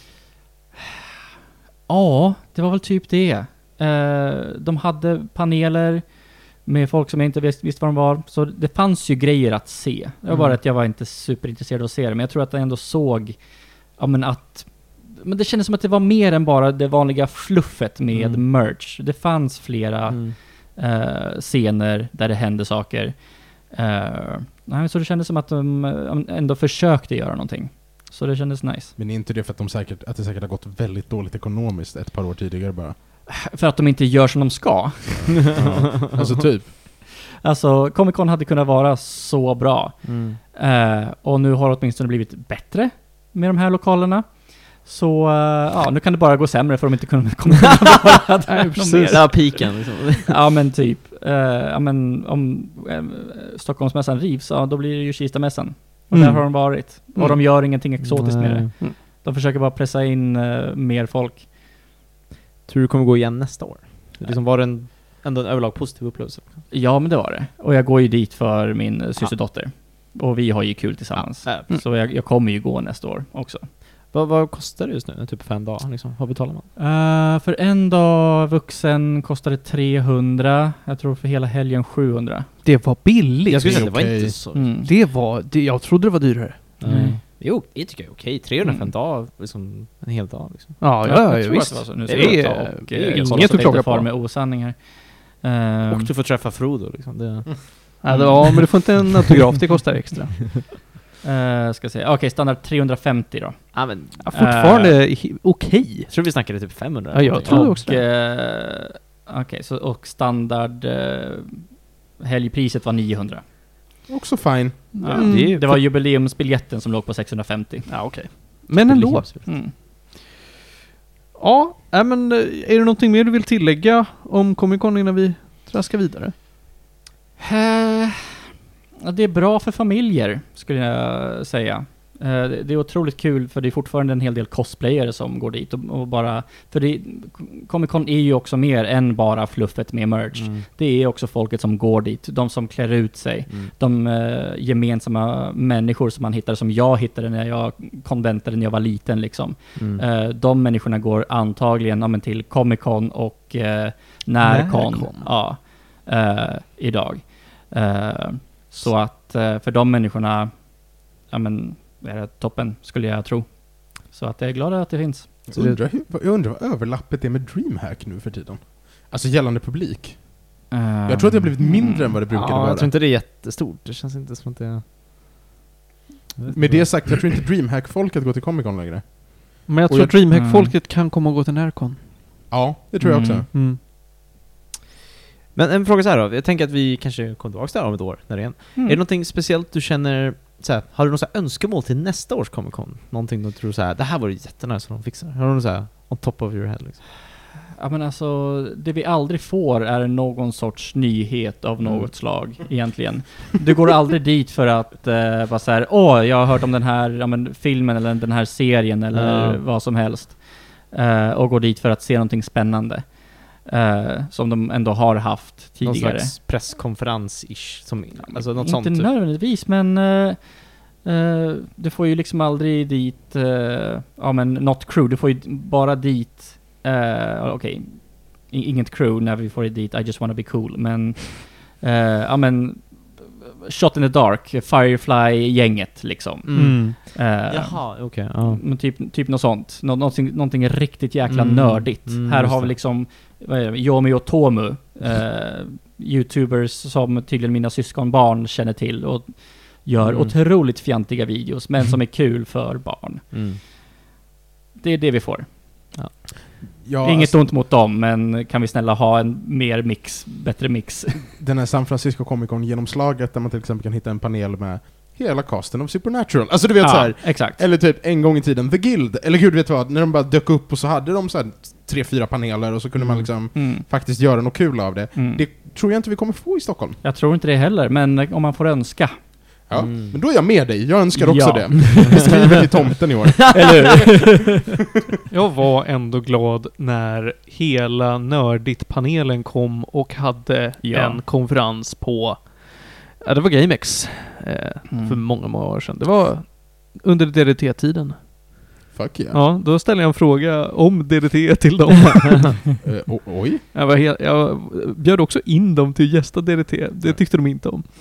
ja, det var väl typ det. Uh, de hade paneler med folk som jag inte visste visst vad de var. Så det fanns ju grejer att se. Det var Mm. bara att jag var inte superintresserad av att se det. Men jag tror att jag ändå såg... Ja, men att... Men det kändes som att det var mer än bara det vanliga fluffet med Mm. merch. Det fanns flera... Mm. Uh, scener där det hände saker. Uh, nej, så det kändes som att de um, ändå försökte göra någonting. Så det kändes nice. Men är inte det för att, de säkert, att det säkert har gått väldigt dåligt ekonomiskt ett par år tidigare bara? För att de inte gör som de ska. Ja. Alltså typ. Alltså, Comic Con hade kunnat vara så bra. Mm. Uh, och nu har det åtminstone blivit bättre med de här lokalerna. Så uh, ja, nu kan det bara gå sämre för de inte kunde komma vara där Nej, någon precis. mer. Det var piken liksom. Ja, men typ. Uh, ja, men om uh, Stockholmsmässan rivs, ja, då blir det ju Kistamässan. Och Mm. där har de varit. Och Mm. de gör ingenting exotiskt med det. Mm. De försöker bara pressa in uh, mer folk. Tror du kommer gå igen nästa år? Det liksom var det en, ändå en överlag positiv upplevelse. Ja, men det var det. Och jag går ju dit för min uh, systerdotter. Och vi har ju kul tillsammans. Ja, mm. Så jag, jag kommer ju gå nästa år också. Vad, vad kostar det just nu? Typ för en dag liksom? Vad betalar man? Uh, för en dag vuxen kostar det trehundra. Jag tror för hela helgen sjuhundra. Det var billigt. Jag skulle säga det att det var okej. inte så... Mm. Det var... Det, jag trodde det var dyrare. Mm. Jo, det tycker jag är okej. trehundra för en Mm. dag, liksom en hel dag liksom. Ja, jag ja, ja, tror visst. att det var så. Nu Det ska jag är- ta och, det är eh, inget kolla så att jag klaga inte far på. med osanning här. Ehm, Och du får träffa Frodo liksom. Det... Ja, det, ja, men du får inte en autograf, det kostar extra. eh, ska se. Okej, standard trehundrafemtio då. Ja, men... Ja, fortfarande hi- okej. Jag tror vi snackade typ femhundra. Ja, jag någonting. tror och, också det. eh, Okej, så och standard eh, helgpriset var niohundra. Också fine. Ja, Mm. det, det var jubileumsbiljetten som låg på sexhundrafemtio. Ja, okej. Men ändå. Mm. Ja, äh, men eh, är det någonting mer du vill tillägga om Comic Con innan vi traskar vidare? Eh, ja, det är bra för familjer, skulle jag säga. Uh, det är otroligt kul för det är fortfarande en hel del cosplayare som går dit och, och bara, för det, Comic-Con är ju också mer än bara fluffet med merch. Mm. Det är också folket som går dit, de som klär ut sig, mm. de uh, gemensamma människor som man hittar, som jag hittade när jag konventade när jag var liten liksom. Mm. Uh, de människorna går antagligen ja, men till Comic-Con och uh, Närcon, Närcon. Ja, uh, idag. Uh, så att uh, för de människorna ja men är det toppen, skulle jag tro. Så att jag är glad att det finns. Så undrar, jag undrar vad överlappet är med DreamHack nu för tiden. Alltså gällande publik. Um, jag tror att det har blivit mindre än vad det brukade ja, vara. Jag tror inte det är jättestort. Det känns inte som att det är... Med det sagt, jag tror inte DreamHack-folket går till Comic-Con längre. Men jag och tror jag att DreamHack-folket mm. kan komma och gå till Närcon. Ja, det tror jag mm. också. Mm. Men en fråga så här då. Jag tänker att vi kanske kommer tillbaka där om ett år. När det är, mm. är det någonting speciellt du känner... Så här, har du något så här önskemål till nästa års Comic-Con? Någonting du tror så här, det här var ju jättenice som de fixar. Har du något så här on top of your head liksom? Ja men alltså, det vi aldrig får är någon sorts nyhet av något mm. slag egentligen. Du går aldrig dit för att uh, vara så här, åh, jag har hört om den här ja, men, filmen eller den här serien eller mm. vad som helst. Uh, och går dit för att se någonting spännande. Uh, som de ändå har haft tidigare. Någon slags presskonferens-ish. Som, alltså något inte sånt. Inte nödvändigtvis, men uh, uh, du får ju liksom aldrig dit uh, ja men not crew, du får ju bara dit uh, okej, okay. inget crew när vi får dit I just wanna be cool, men uh, ja men Shot in the Dark, Firefly-gänget liksom. Mm. Uh, Jaha, okej. Okay. Uh. Men typ, typ något sånt. Nå- någonting, någonting riktigt jäkla mm. nördigt. Mm, här har vi liksom vad är det, Yomi och Tomu, uh, YouTubers som tydligen mina syskonbarn känner till och gör mm. otroligt fjantiga videos, men som är kul för barn. Mm. Det är det vi får. Ja. Ja, Inget alltså, ont mot dem, men kan vi snälla ha en mer mix, bättre mix? Den här San Francisco Comic-Con genomslaget där man till exempel kan hitta en panel med hela casten av Supernatural. Alltså du vet ja, så här, exakt. eller typ en gång i tiden The Guild, eller gud vet vad, när de bara dök upp och så hade de så här tre, fyra paneler och så kunde mm. man liksom mm. faktiskt göra något kul av det. Mm. Det tror jag inte vi kommer få i Stockholm. Jag tror inte det heller, men om man får önska. Ja, mm. men då är jag med dig. Jag önskar också ja. det. Jag skriver till tomten i år. Eller jag var ändå glad när hela Nördigt-panelen kom och hade ja. en konferens på, ja, det var GameX eh, mm. för många, många år sedan. Det var under D D T-tiden. Fuck yeah. Ja, då ställde jag en fråga om D D T till dem. uh, o- oj. Jag, var helt, jag bjöd också in dem till gästa D D T. Det tyckte de inte om.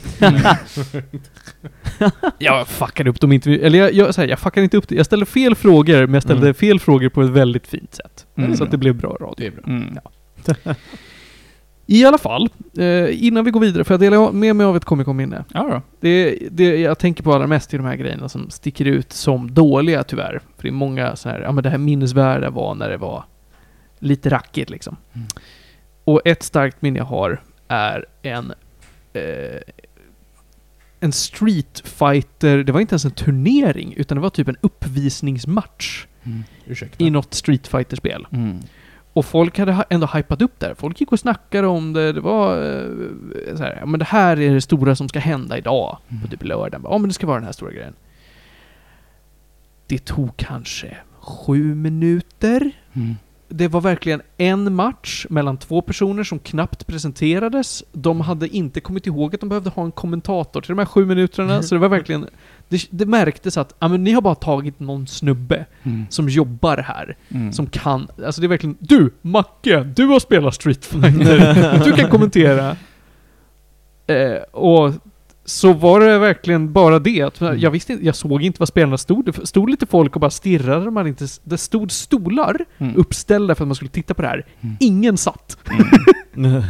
Jag fuckade upp dem inte. Eller jag, jag, så här, jag fuckade inte upp det. Jag ställde fel frågor, men jag ställde mm. fel frågor på ett väldigt fint sätt. Mm. Så att det blev bra radio. Det är bra. Mm. Ja. I alla fall, eh, innan vi går vidare, för jag delar med mig av ett Comic-Con-minne. Ja då. Det, det jag tänker på allra mest i de här grejerna som sticker ut som dåliga tyvärr. För det är många så här, ja men det här minnesvärda var när det var lite rackigt liksom. Mm. Och ett starkt minne jag har är en eh, en Street Fighter, det var inte ens en turnering utan det var typ en uppvisningsmatch mm. Ursäkta. i något Street Fighter-spel. Mm. Och folk hade ändå hypat upp där. Folk gick och snackade om det. Det var eh, så här, ja men det här är det stora som ska hända idag mm. på typ lördagen. Ja men det ska vara den här stora grejen. Det tog kanske sju minuter. Mm. Det var verkligen en match mellan två personer som knappt presenterades. De hade inte kommit ihåg att de behövde ha en kommentator till de här sju minuterna. Mm. Så det var verkligen... Det, det märktes att ja, men ni har bara tagit någon snubbe mm. som jobbar här. Mm. Som kan... Alltså det är verkligen... Du, Macke! Du har spelat Street Fighter. Du kan kommentera. Eh, och... Så var det verkligen bara det. Att jag visste inte, jag såg inte vad spelarna stod. Det stod lite folk och bara stirrade. Man inte, det stod stolar mm. uppställda för att man skulle titta på det här. Mm. Ingen satt. Mm.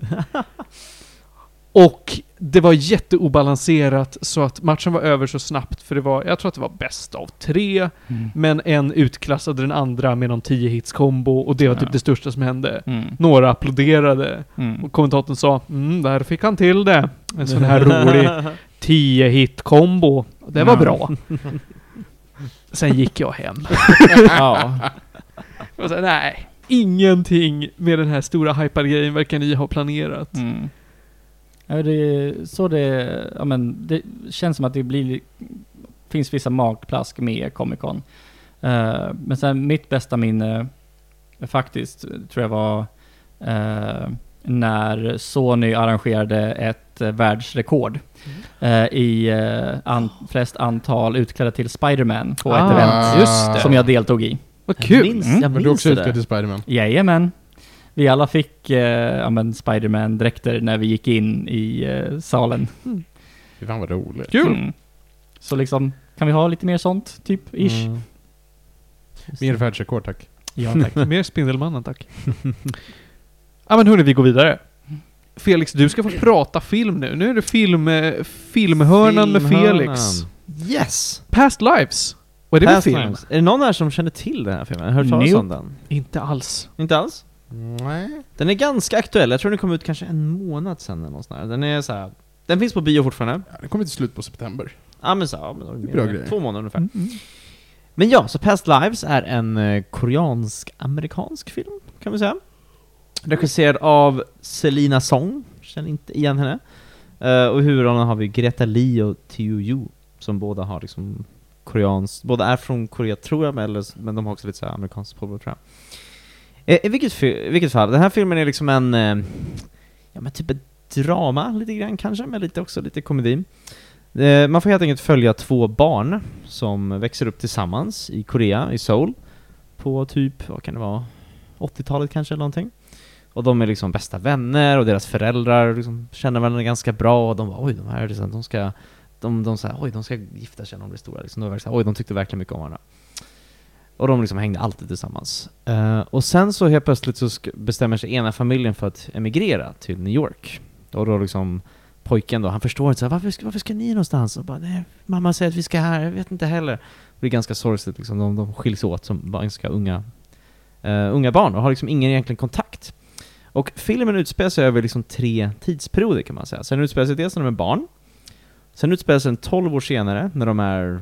Och det var jätteobalanserat så att matchen var över så snabbt. För det var, jag tror att det var bäst av tre. Mm. Men en utklassade den andra med någon tio hits kombo. Och det var typ ja. det största som hände. Mm. Några applåderade. Mm. Och kommentatorn sa, mm, där fick han till det. En sån här rolig tio hit kombo. Det var ja. bra. Sen gick jag hem. Ja. Och så, nej, ingenting med den här stora hypade grejen verkar ni ha planerat. Mm. Ja, det, så det, ja, men det känns som att det blir finns vissa magplask med Comic Con. Uh, men sen mitt bästa minne faktiskt tror jag var uh, när Sony arrangerade ett uh, världsrekord mm. uh, i uh, an- flest antal utklädda till Spider-Man på ah, ett event just det. som jag deltog i. Vad kul! Jag minns, Mm. jag Men du är minns också det utklädd där. till Spider-Man. Jajamän. Vi alla fick uh, ja, men Spider-Man-dräkter när vi gick in i uh, salen. Mm. Fy fan vad roligt. Kul! Mm. Så liksom, kan vi ha lite mer sånt, typ, ish? Mm. Mer världsrekord, tack. Ja, tack. Mer Spindelmannen, tack. Ja men hörni, vi går vidare. Felix, du ska få prata film nu. Nu är det film, eh, filmhörnan med Felix. Yes! Past Lives. Vad är det för Past film? Lives. Är det någon här som känner till den här filmen? Har hört talas Nope. om den? Inte alls. Inte alls? Nej. Den är ganska aktuell. Jag tror den kom ut kanske en månad sedan eller något sånt där. Den är så här. Den finns på bio fortfarande. Ja, det kommer till slut på september. Ja men så, ja, men Det är bra grejer. två månader ungefär. Mm, mm. Men ja, så Past Lives är en eh, koreansk-amerikansk film, kan vi säga. Regisserad av Selina Song, känner inte igen henne. Uh, och i huvudrollen har vi Greta Lee och Teo Yoo, som båda har liksom koreanskt, båda är från Korea tror jag, men, eller, men de har också lite så här amerikanskt påbrå tror jag. Uh, I vilket, i vilket fall, den här filmen är liksom en, uh, ja men typ ett drama lite grann kanske, men lite också lite komedi. Uh, man får helt enkelt följa två barn som växer upp tillsammans i Korea, i Seoul, på typ, vad kan det vara, åttiotalet kanske eller någonting. Och de är liksom bästa vänner och deras föräldrar liksom känner varandra ganska bra och de bara, oj, de här liksom, de ska de de så här, oj, de ska gifta sig när de blir stora liksom. De var så här, oj, de tyckte verkligen mycket om varandra. Och de liksom hängde alltid tillsammans. Uh, och sen så helt plötsligt så sk- bestämmer sig ena familjen för att emigrera till New York. Och då liksom pojken då, han förstår inte så här, varför ska, varför ska ni någonstans? Och bara, nej, mamma säger att vi ska här, jag vet inte heller. Och det är ganska sorgligt liksom, de, de skiljs åt som ganska unga uh, unga barn och har liksom ingen egentligen kontakt. Och filmen utspelar sig över liksom tre tidsperioder kan man säga. Sen utspelar sig dels när de är barn. Sen utspelar sig en tolv år senare när de är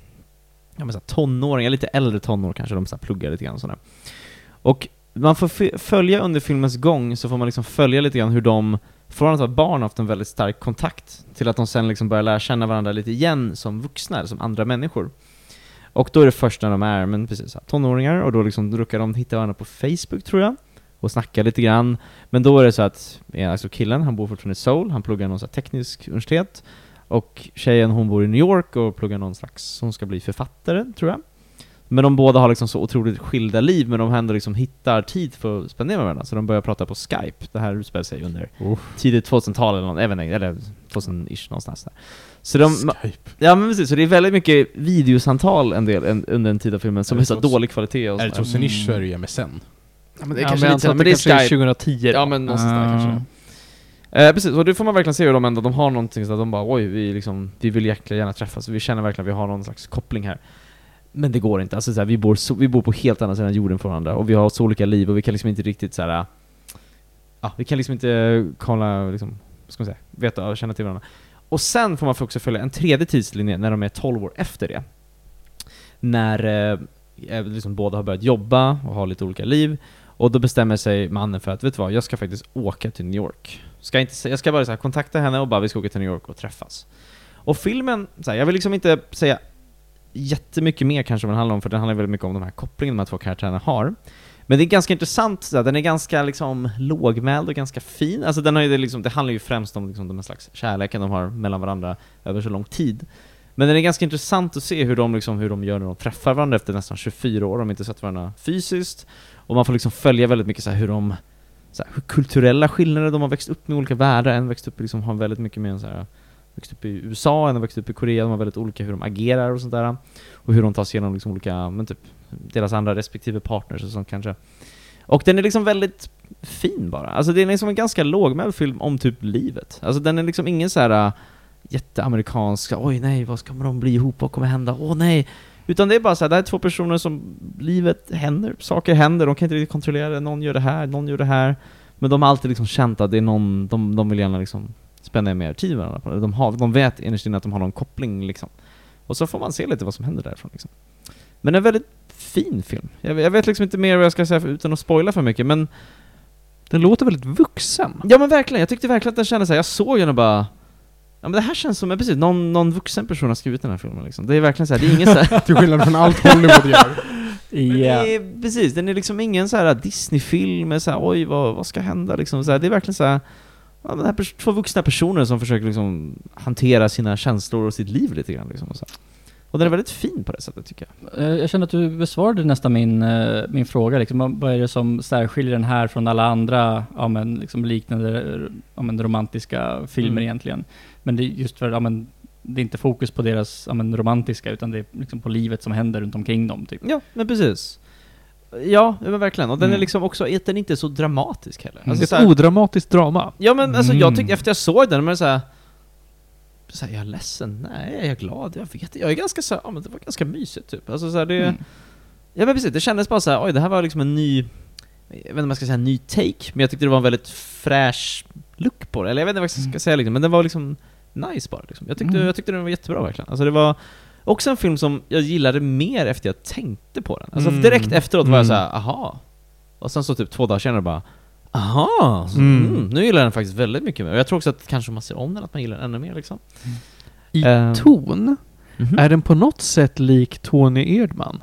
ja, men så här, tonåringar, lite äldre tonår kanske, de så här, pluggar lite grann och sådär. Och man får f- följa under filmens gång så får man liksom följa lite grann hur de från att vara barn haft en väldigt stark kontakt till att de sen liksom börjar lära känna varandra lite igen som vuxna eller som andra människor. Och då är det först när de är men precis, så här, tonåringar och då liksom råkar de hitta varandra på Facebook tror jag. Och snacka lite grann. Men då är det så att ja, alltså killen, han bor fortfarande i Seoul, han pluggar någon så här teknisk universitet. Och tjejen, hon bor i New York och pluggar någon slags, hon ska bli författare, tror jag. Men de båda har liksom så otroligt skilda liv, men de ändå liksom hittar tid för att spendera med varandra. Så de börjar prata på Skype. Det här utspelar sig under Oh. tidigt tvåtusental eller något, även eller tvåtusen-ish någonstans där. Så de, Skype. ja men precis, så det är väldigt mycket videosamtal en del en, under en tid av filmen som Är är det så så- dålig kvalitet och Är det sådär. tvåtusen-ish så är det ju M S N. Ja, men det är Ja, kanske men jag lite antar så, att men det det är kanske är Skype. tjugohundratio. Ja men någonstans där Ah. kanske. Eh, precis, och det får man verkligen se hur de ändå, de har någonting så att de bara, oj, vi liksom, vi vill jäkla gärna träffas, vi känner verkligen att vi har någon slags koppling här. Men det går inte, alltså så här, vi, bor så, vi bor på helt andra sidan jorden från varandra och vi har så olika liv och vi kan liksom inte riktigt så här. Ja, vi kan liksom inte kolla, liksom, vad ska man säga, veta och känna till varandra. Och sen får man också följa en tredje tidslinje när de är tolv år efter det. När eh, liksom båda har börjat jobba och har lite olika liv. Och då bestämmer sig mannen för att, vet du vad, jag ska faktiskt åka till New York. Ska inte, jag ska bara så här, kontakta henne och bara, vi ska åka till New York och träffas. Och filmen, så här, jag vill liksom inte säga jättemycket mer kanske vad den handlar om, för den handlar väldigt mycket om de här kopplingen de här två karaktärerna har. Men det är ganska intressant, så här, den är ganska liksom lågmäld och ganska fin. Alltså den har ju det, liksom, det handlar ju främst om liksom, den här slags kärleken de har mellan varandra över så lång tid. Men den är ganska intressant att se hur de, liksom, hur de gör när de träffar varandra efter nästan tjugofyra år. De har inte sett varandra fysiskt. Och man får liksom följa väldigt mycket så här, hur de så här, hur kulturella skillnader de har växt upp med olika världar. En växt upp liksom, har väldigt mycket mer så här, växt upp i U S A, en har växt upp i Korea. De har väldigt olika hur de agerar och sånt där. Och hur de tar sig igenom liksom, olika, men typ deras andra respektive partners och sånt kanske. Och den är liksom väldigt fin bara. Alltså det är liksom en ganska lågmäld film om typ livet. Alltså den är liksom ingen så här jätteamerikansk, oj nej, vad ska de bli ihop, vad kommer hända, åh nej. Utan det är bara så här, det är två personer som livet händer, saker händer, de kan inte riktigt kontrollera det, någon gör det här, någon gör det här. Men de har alltid liksom känt att det är någon, de, de vill gärna liksom spänna mer tid med varandra. De, har, de vet innerst inne att de har någon koppling liksom. Och så får man se lite vad som händer därifrån liksom. Men det är en väldigt fin film. Jag, jag vet liksom inte mer vad jag ska säga för, utan att spoila för mycket, men Den låter väldigt vuxen. ja men verkligen, jag tyckte verkligen att den kändes så här, jag såg den och bara Ja, men det här känns som, precis, någon, någon vuxen person har skrivit den här filmen liksom. Det är verkligen så här, det är ingen så här... Till skillnad från allt Hollywood gör. Yeah. Det är, precis, den är liksom ingen så här Disney-film med så här, oj, vad, vad ska hända liksom. Så här, det är verkligen så här, ja, det här pers- två vuxna personer som försöker liksom hantera sina känslor och sitt liv lite grann liksom, och så här. Och den är väldigt fin på det sättet, tycker jag. Jag känner att du besvarade nästan min, min fråga. Liksom, vad är det som särskiljer den här från alla andra ja, men, liksom liknande ja, men, romantiska filmer mm. egentligen? Men det är just för ja, men, det är inte fokus på deras ja, men, romantiska, utan det är liksom på livet som händer runt omkring dem. Typ. Ja, men precis. Ja, men verkligen. Och den mm. är liksom också, den är inte så dramatisk heller. Alltså, ett här, odramatiskt drama. Ja, men alltså, mm. jag tyckte, efter jag såg den, men så här, så här, jag är ledsen, nej, jag är glad, jag vet, jag är ganska så här, ja, men det var ganska mysigt typ. Alltså så här, det, mm. ja men precis, det kändes bara så här, oj, det här var liksom en ny, jag vet inte om man ska säga en ny take, men jag tyckte det var en väldigt fräsch look på det, eller jag vet inte vad jag ska mm. säga liksom, men den var liksom nice bara liksom. Jag tyckte, mm. jag tyckte den var jättebra verkligen. Alltså det var också en film som jag gillade mer efter jag tänkte på den. Alltså mm. direkt efteråt var jag så här, aha. Och sen så typ två dagar senare bara, aha, så, mm. Mm, nu gillar jag den faktiskt väldigt mycket mer. Och jag tror också att kanske man ser om den, att man gillar den ännu mer liksom. Mm. I uh, ton, mm-hmm. är den på något sätt lik Tony Erdmann?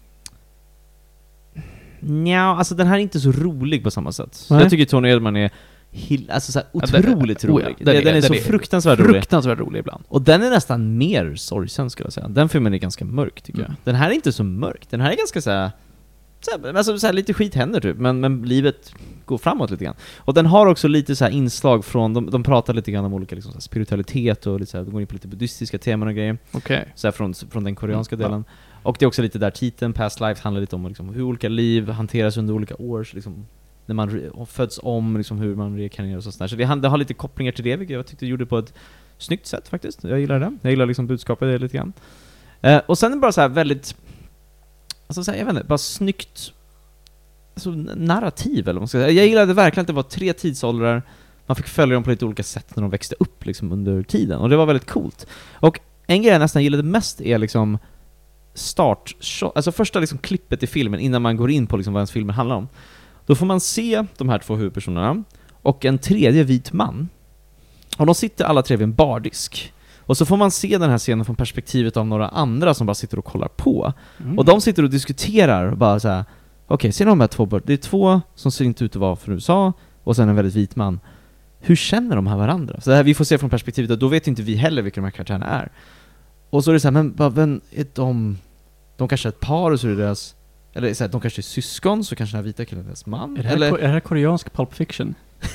Nja, alltså den här är inte så rolig på samma sätt. Jag tycker Tony Erdmann är Hill, alltså så här otroligt ja, rolig. Oh ja, den, den, den är, är så är fruktansvärt rolig. Fruktansvärt rolig ibland. Och den är nästan mer sorgsen, skulle jag säga. Den filmen är ganska mörk, tycker mm. jag. Den här är inte så mörk. Den här är ganska så här, så här, alltså, så här lite skit händer typ, men, men livet går framåt lite grann. Och den har också lite så här inslag från, de, de pratar lite grann om olika liksom, så här, spiritualitet och lite så här, de går in på lite buddhistiska teman och grejer. Okay. Så här, från, från den koreanska mm. delen. Och det är också lite där titeln, Past Lives, handlar lite om liksom, hur olika liv hanteras under olika år, liksom, när man re- föds om, liksom, hur man reinkarnerar och sådär. Så det, det har lite kopplingar till det, vilket jag tyckte gjorde på ett snyggt sätt faktiskt. Jag gillar det. Jag gillar liksom budskapet det lite grann. Eh, och sen är det bara så här väldigt, alltså så här, jag vet inte, bara snyggt, alltså narrativ eller vad man ska säga. Jag gillade verkligen att det var tre tidsåldrar. Man fick följa dem på lite olika sätt när de växte upp liksom, under tiden. Och det var väldigt coolt. Och en grej jag nästan gillade mest är liksom start, alltså första liksom klippet i filmen innan man går in på liksom vad ens filmen handlar om. Då får man se de här två huvudpersonerna och en tredje vit man. Och de sitter alla tre vid en bardisk. Och så får man se den här scenen från perspektivet av några andra som bara sitter och kollar på. Mm. Och de sitter och diskuterar och bara så här, okej, okay, ser ni de här två börd? Det är två som ser inte ut att vara från U S A och sen en väldigt vit man. Hur känner de här varandra? Så det här vi får se från perspektivet att då vet inte vi heller vilka de här karaktärerna är. Och så är det så här, men vem är de? De kanske är ett par och så är det deras, eller så här, de kanske är syskon, så kanske den här vita killen är deras man. Är det här, eller? Ko- är det här koreansk Pulp Fiction?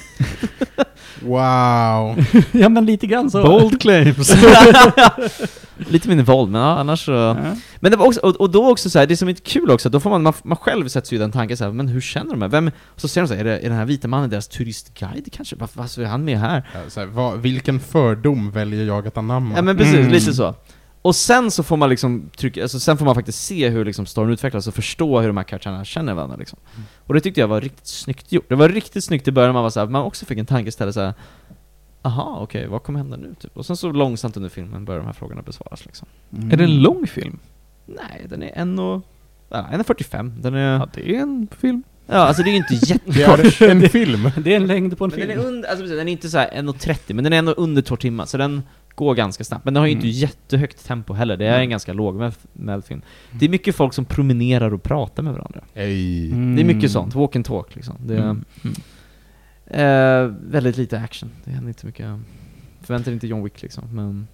Wow. Ja, men lite grann så. Bold claims. Lite mindre våld, men ja, annars så. Ja. Men det var också, och, och då också så här, det som är kul också, då får man, man, man själv sätter sig i den tanken så här, men hur känner de här? Vem, och så ser de så här, är, det, är den här vita mannen deras turistguide kanske? Varför, varför är han med här? Ja, så här vad, vilken fördom väljer jag att anamma? Ja, men precis, mm. lite så. Och sen så får man liksom trycka, alltså sen får man faktiskt se hur liksom storyn utvecklas och förstå hur de här karaktärerna känner varandra liksom. Mm. Och det tyckte jag var riktigt snyggt gjort. Det var riktigt snyggt i början, man var så här, man också fick en tankeställare så här, aha, okej, okay, vad kommer hända nu typ? Och sen så långsamt under filmen börjar de här frågorna besvaras liksom. Mm. Är det en lång film? Nej, den är en och ja, en och fyrtiofem. Den är ja, det är en film. Ja, alltså det är ju inte jättekort. Det är en film. Det är en längd på en men film. Den är, under, alltså, den är inte så här en och trettio, men den är ändå under två timmar, så den går ganska snabbt. Men den har ju mm. inte jättehögt tempo heller. Det är mm. en ganska lågmäld film. Det är mycket folk som promenerar och pratar med varandra. Hey. Mm. Det är mycket sånt. Walk and talk liksom. Det är mm. eh, väldigt lite action. Det händer inte mycket. Förväntar inte John Wick liksom, men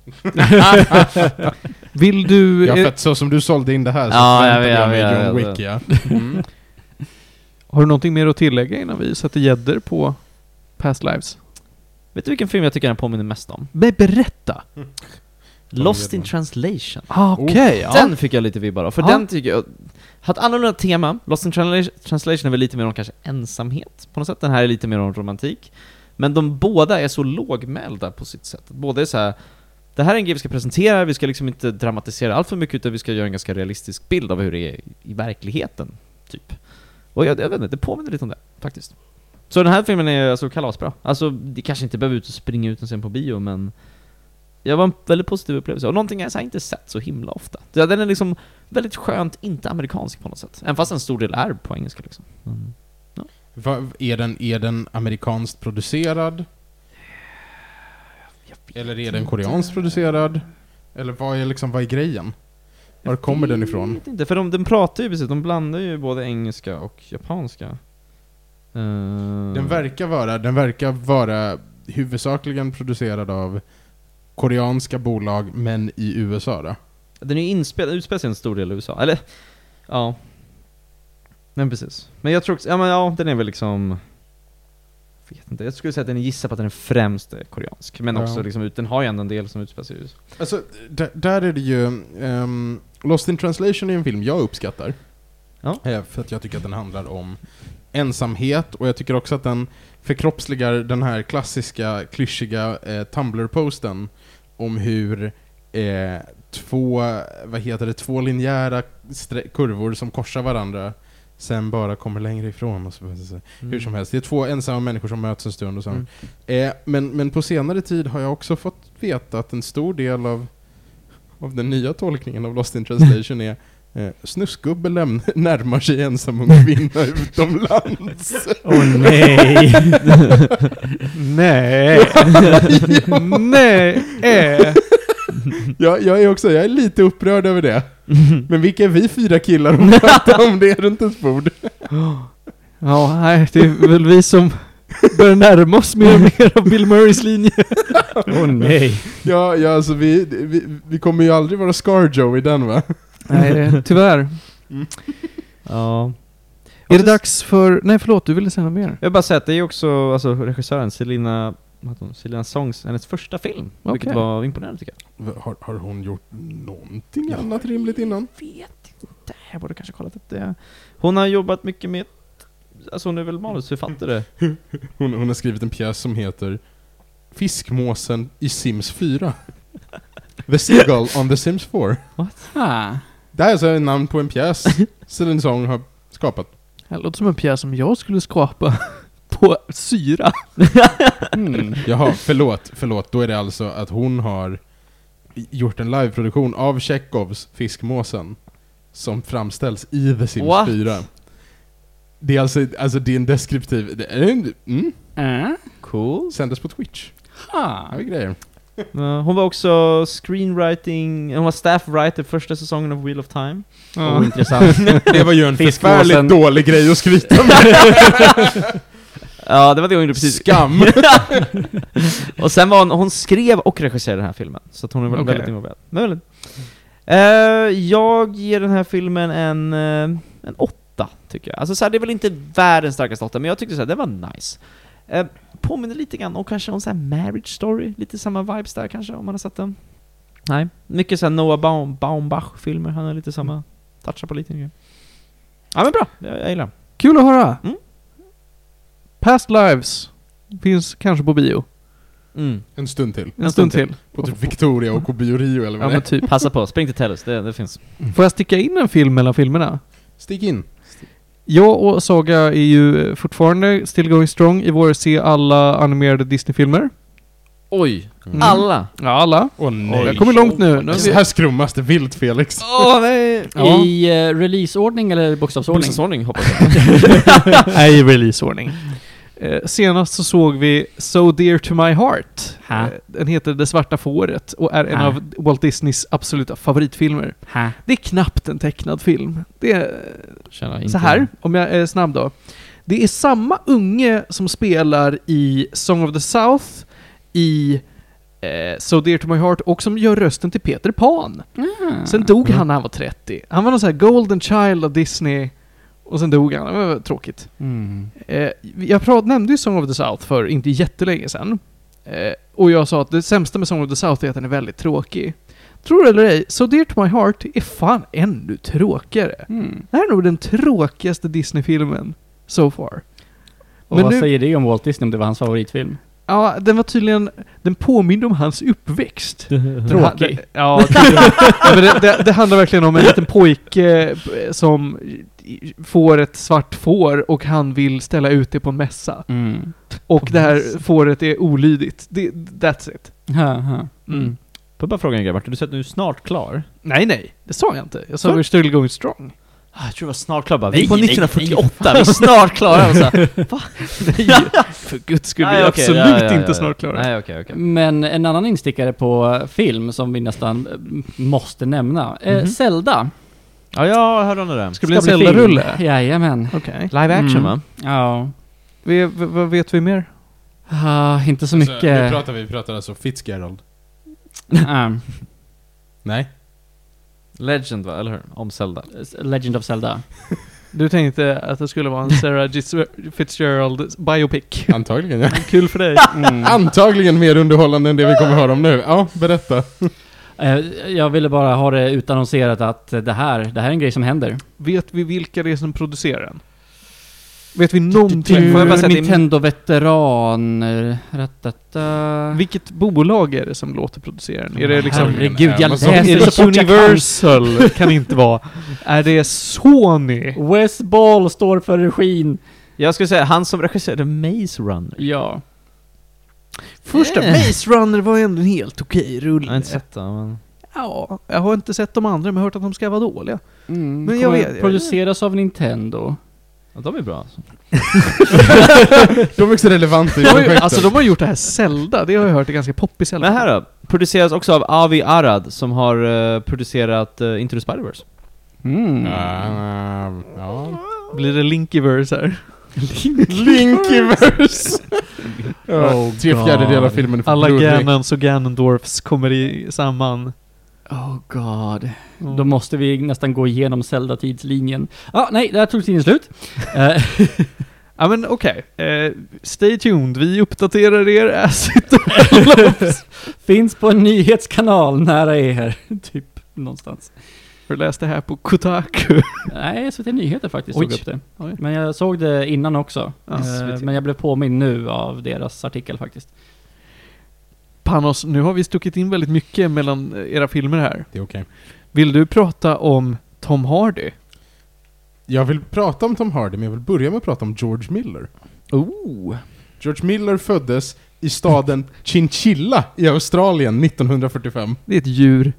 vill du ja, för att så som du sålde in det här så ja, förväntar jag, jag, jag mig John ja, Wick, ja. Mm. Har du någonting mer att tillägga innan vi sätter gäddor på Past Lives? Vet du vilken film jag tycker den påminner mest om? Men berätta! Mm. Lost in Translation. Ah, okej, okay, ja. Den fick jag lite vibbar av. För ah. den tycker jag har ett annorlunda tema. Lost in Translation är väl lite mer om kanske ensamhet på något sätt. Den här är lite mer om romantik. Men de båda är så lågmälda på sitt sätt. Båda är så här, det här är en grej vi ska presentera, vi ska liksom inte dramatisera allt för mycket, utan vi ska göra en ganska realistisk bild av hur det är i verkligheten, typ. Och jag, jag vet inte, det påminner lite om det, faktiskt. Så den här filmen är alltså kalasbra. Alltså, det kanske inte behöver ut och springa ut och sen på bio, men jag var en väldigt positiv upplevelse. Och någonting jag så inte sett så himla ofta. Så den är liksom väldigt skönt, inte amerikansk på något sätt. Även fast en stor del är på engelska liksom. Mm. Ja. Va, är, den, är den amerikanskt producerad? Jag Eller är den koreanskt producerad? Eller vad är liksom, vad är grejen? Var kommer den ifrån? Jag vet inte, för de, de pratar ju precis, de blandar ju både engelska och japanska. Uh... Den verkar vara, den verkar vara huvudsakligen producerad av koreanska bolag, men i U S A då. Den är ju inspelad, utspelar sig en stor del i U S A. Eller, ja. Men precis. Men jag tror också, ja men ja, den är väl liksom... Jag vet inte, jag skulle säga att den gissar på att den är främst koreansk. Men Ja. också liksom, den har ju ändå en del som utspelar sig i U S A. Alltså, d- där är det ju... Um, Lost in Translation är en film jag uppskattar. Ja. Eh, för att jag tycker att den handlar om ensamhet, och jag tycker också att den förkroppsligar den här klassiska, klyschiga eh, Tumblr-posten om hur eh, två, vad heter det, två linjära stre- kurvor som korsar varandra sen bara kommer längre ifrån och så, så, Mm. hur som helst. Det är två ensamma människor som möts en stund och så. Mm. Eh, men, men på senare tid har jag också fått veta att en stor del av, av den nya tolkningen av Lost in Translation är eh, snuskgubbe lämn- närmar sig ensam ung kvinna utomlands. Åh oh, nej! Nej! Nej! Eh. jag, jag är också, jag är lite upprörd över det. Men vilka är vi fyra killar och pratar om det runt ett bord? Ja, nej, det är väl vi som börjar närma oss mer och mer av Bill Murrays linje. Åh oh, nej! Ja, ja alltså vi, vi, vi kommer ju aldrig vara Scarjo i den, va? Nej, tyvärr. Ja. Är det dags för... Nej, förlåt, du ville säga något mer. Jag vill bara säga att det är också alltså, regissören Selina, vad heter hon? Selina Songs, hennes första film. Okay. Vilket var imponerande tycker jag. Har, har hon gjort någonting annat rimligt innan? Vet inte, jag borde kanske kollat upp det. Hon har jobbat mycket med, alltså hon är väl manusförfattare. Hon, hon har skrivit en pjäs som heter Fiskmåsen i Sims fyra. The Seagull on the Sims four. Ah. Det här är alltså en namn på en pjäs Celine Song har skapat. Det låter som en pjäs som jag skulle skapa på syra. Mm. Jaha, förlåt, förlåt. Då är det alltså att hon har gjort en liveproduktion av Chekhovs Fiskmåsen som framställs i The Sims What? fyra. Det är alltså, alltså det är en deskriptiv... Det är en, mm, Uh. Cool. sändes på Twitch. Ah. Här är grejer. Uh, hon var också screenwriting, hon var staff writer första säsongen av Wheel of Time. Ja. Oh, intressant. Det var ju en Fiskmåsen. förfärligt dålig grej att skryta med. Ja, det var det hon gjorde precis. Skam! Och sen var hon, hon skrev och regisserade den här filmen. Så att hon är väl Okej. väldigt involverad. Men väldigt. Uh, jag ger den här filmen en, uh, en åtta, tycker jag. Alltså så här, det är väl inte världens starkaste åtta, men jag tyckte så här, det var nice. Uh, påminner lite grann om kanske om så här Marriage Story. Lite samma vibes där kanske, om man har sett den. Nej, mycket så här Noah Baum, Baumbach-filmer. Han har lite samma touchar på lite. Ja, men bra. Jag, jag gillar den. Kul att höra. Mm. Past Lives finns kanske på bio. Mm. En stund till. En stund till. På typ Victoria och på Bio Rio eller vad Ja, det är. men typ. Passa på, spring till Tellus, det, det finns. Får jag sticka in en film mellan filmerna? Stig in. Jag och Saga är ju fortfarande still going strong i vår se alla animerade Disney-filmer. Oj, Mm. alla. Ja, alla. Åh Och nej. jag kommer långt nu. nu Så här skrummas det vilt, Felix. Åh nej. Ja. I uh, releaseordning eller bokstavsordning? Bokstavsordning hoppas jag. Nej, i releaseordning. Eh, senast så såg vi So Dear to My Heart. Ha. Eh, den heter Det svarta fåret och är en Ha. av Walt Disneys absoluta favoritfilmer. Ha. Det är knappt en tecknad film. Det är Känner inte. så här, om jag är snabb då. Det är samma unge som spelar i Song of the South, i eh, So Dear to My Heart och som gör rösten till Peter Pan. Ah. Sen dog Mm. han när han var trettio. Han var någon sån här golden child av Disney och sen dog han. Det var tråkigt. Mm. Eh, jag prat, nämnde ju Song of the South för inte jättelänge sedan. Eh, och jag sa att det sämsta med Song of the South är att den är väldigt tråkig. Tror du eller ej, So Dear to My Heart är fan ännu tråkigare. Mm. Det här är nog den tråkigaste Disney-filmen so far. Och Men vad nu- säger det om Walt Disney om det var hans favoritfilm? Ja, den var tydligen... Den påminner om hans uppväxt. Tråkig. Det, ja, tydligen. Ja, men det, det, det handlar verkligen om en liten pojke eh, som får ett svart får och han vill ställa ut det på en mässa. Mm. Och det här fåret är olydigt. Det, that's it. Ha, ha. Mm. Får bara fråga en grej, Martin, du säger att du är snart klar. Nej, nej. Det sa jag inte. Jag sa Va? we're still going strong. Jag tror det var snart klar bara. Vi är på nittonhundrafyrtioåtta, vi är snart klara. Och så här, va? Nej, för guds skull, vi är okej, absolut ja, ja, ja, inte ja. snart klara. Nej, okej, okej. Men en annan instickare på film som vi nästan eh, måste nämna. Eh, Mhm. Zelda. Ja, jag hörde om det där. Ska det bli en film. Zelda-rulle? Jajamän. Okej. Live action, Mm. va? Ja. Vi- v- Vad vet vi mer? Ah, inte så Alltså, mycket. nu pratar vi, vi pratar alltså Fitzgerald. Ah, Nej. Legend, va? Eller hur? Om Zelda. Legend of Zelda. Du tänkte att det skulle vara en Sarah Gis- Fitzgerald biopic. Antagligen, ja. Kul för dig. Mm. Antagligen mer underhållande än det vi kommer höra om nu. Ja, berätta. Eh, jag ville bara ha det utannonserat att det här, det här är en grej som händer. Vet vi vilka det är som producerar den? Vet vi någonting? Får jag bara säga att det är- Nintendo-veteran... eh, ratata. Vilket bolag är det som låter producera den? Är det liksom... Herregud, jag Amazon. läser Är det så fort jag kan. Universal? Kan det inte vara. Är det Sony? Wes Ball står för regin. Jag skulle säga, han som regisserade Maze Runner. Ja. Första Eh. Maze Runner var ändå en helt okej rulle. Jag har inte sett det, men... Ja, jag har inte sett de andra men jag har hört att de ska vara dåliga. Mm, Men jag kommer vet- produceras av Nintendo. Ja, de är bra alltså. De är också relevanta i De har, ju- projektet. alltså de har gjort det här Zelda, det har jag hört är ganska poppis i alla Men fall. här då? Produceras också av Avi Arad, som har uh, producerat uh, Into the Spider-Verse. Mm. Ah, ja. Blir det Linkiverse här? Linkiverse! ja, Oh tre God. fjärdedelar av filmen är för Alla blodig. Ganons och Ganondorfs kommer i samman. Oh god. Mm. Då måste vi nästan gå igenom Zelda-tidslinjen. Ja, ah, nej, där tog tiden slut. Eh, Ja men okej, eh, stay tuned, vi uppdaterar er as it develops. Finns på en nyhetskanal nära er. Typ någonstans. Jag läste här på Kotaku. Nej, S V T Nyheter faktiskt Oj. såg upp det. Oj. Men jag såg det innan också. Ja, Eh, S V T. men jag blev påminn nu av deras artikel faktiskt. Panos, nu har vi stuckit in väldigt mycket mellan era filmer här. Det är okej. Vill du prata om Tom Hardy? Jag vill prata om Tom Hardy, men jag vill börja med att prata om George Miller. Oh! George Miller föddes i staden Chinchilla i Australien nittonhundrafyrtiofem. Det är ett djur.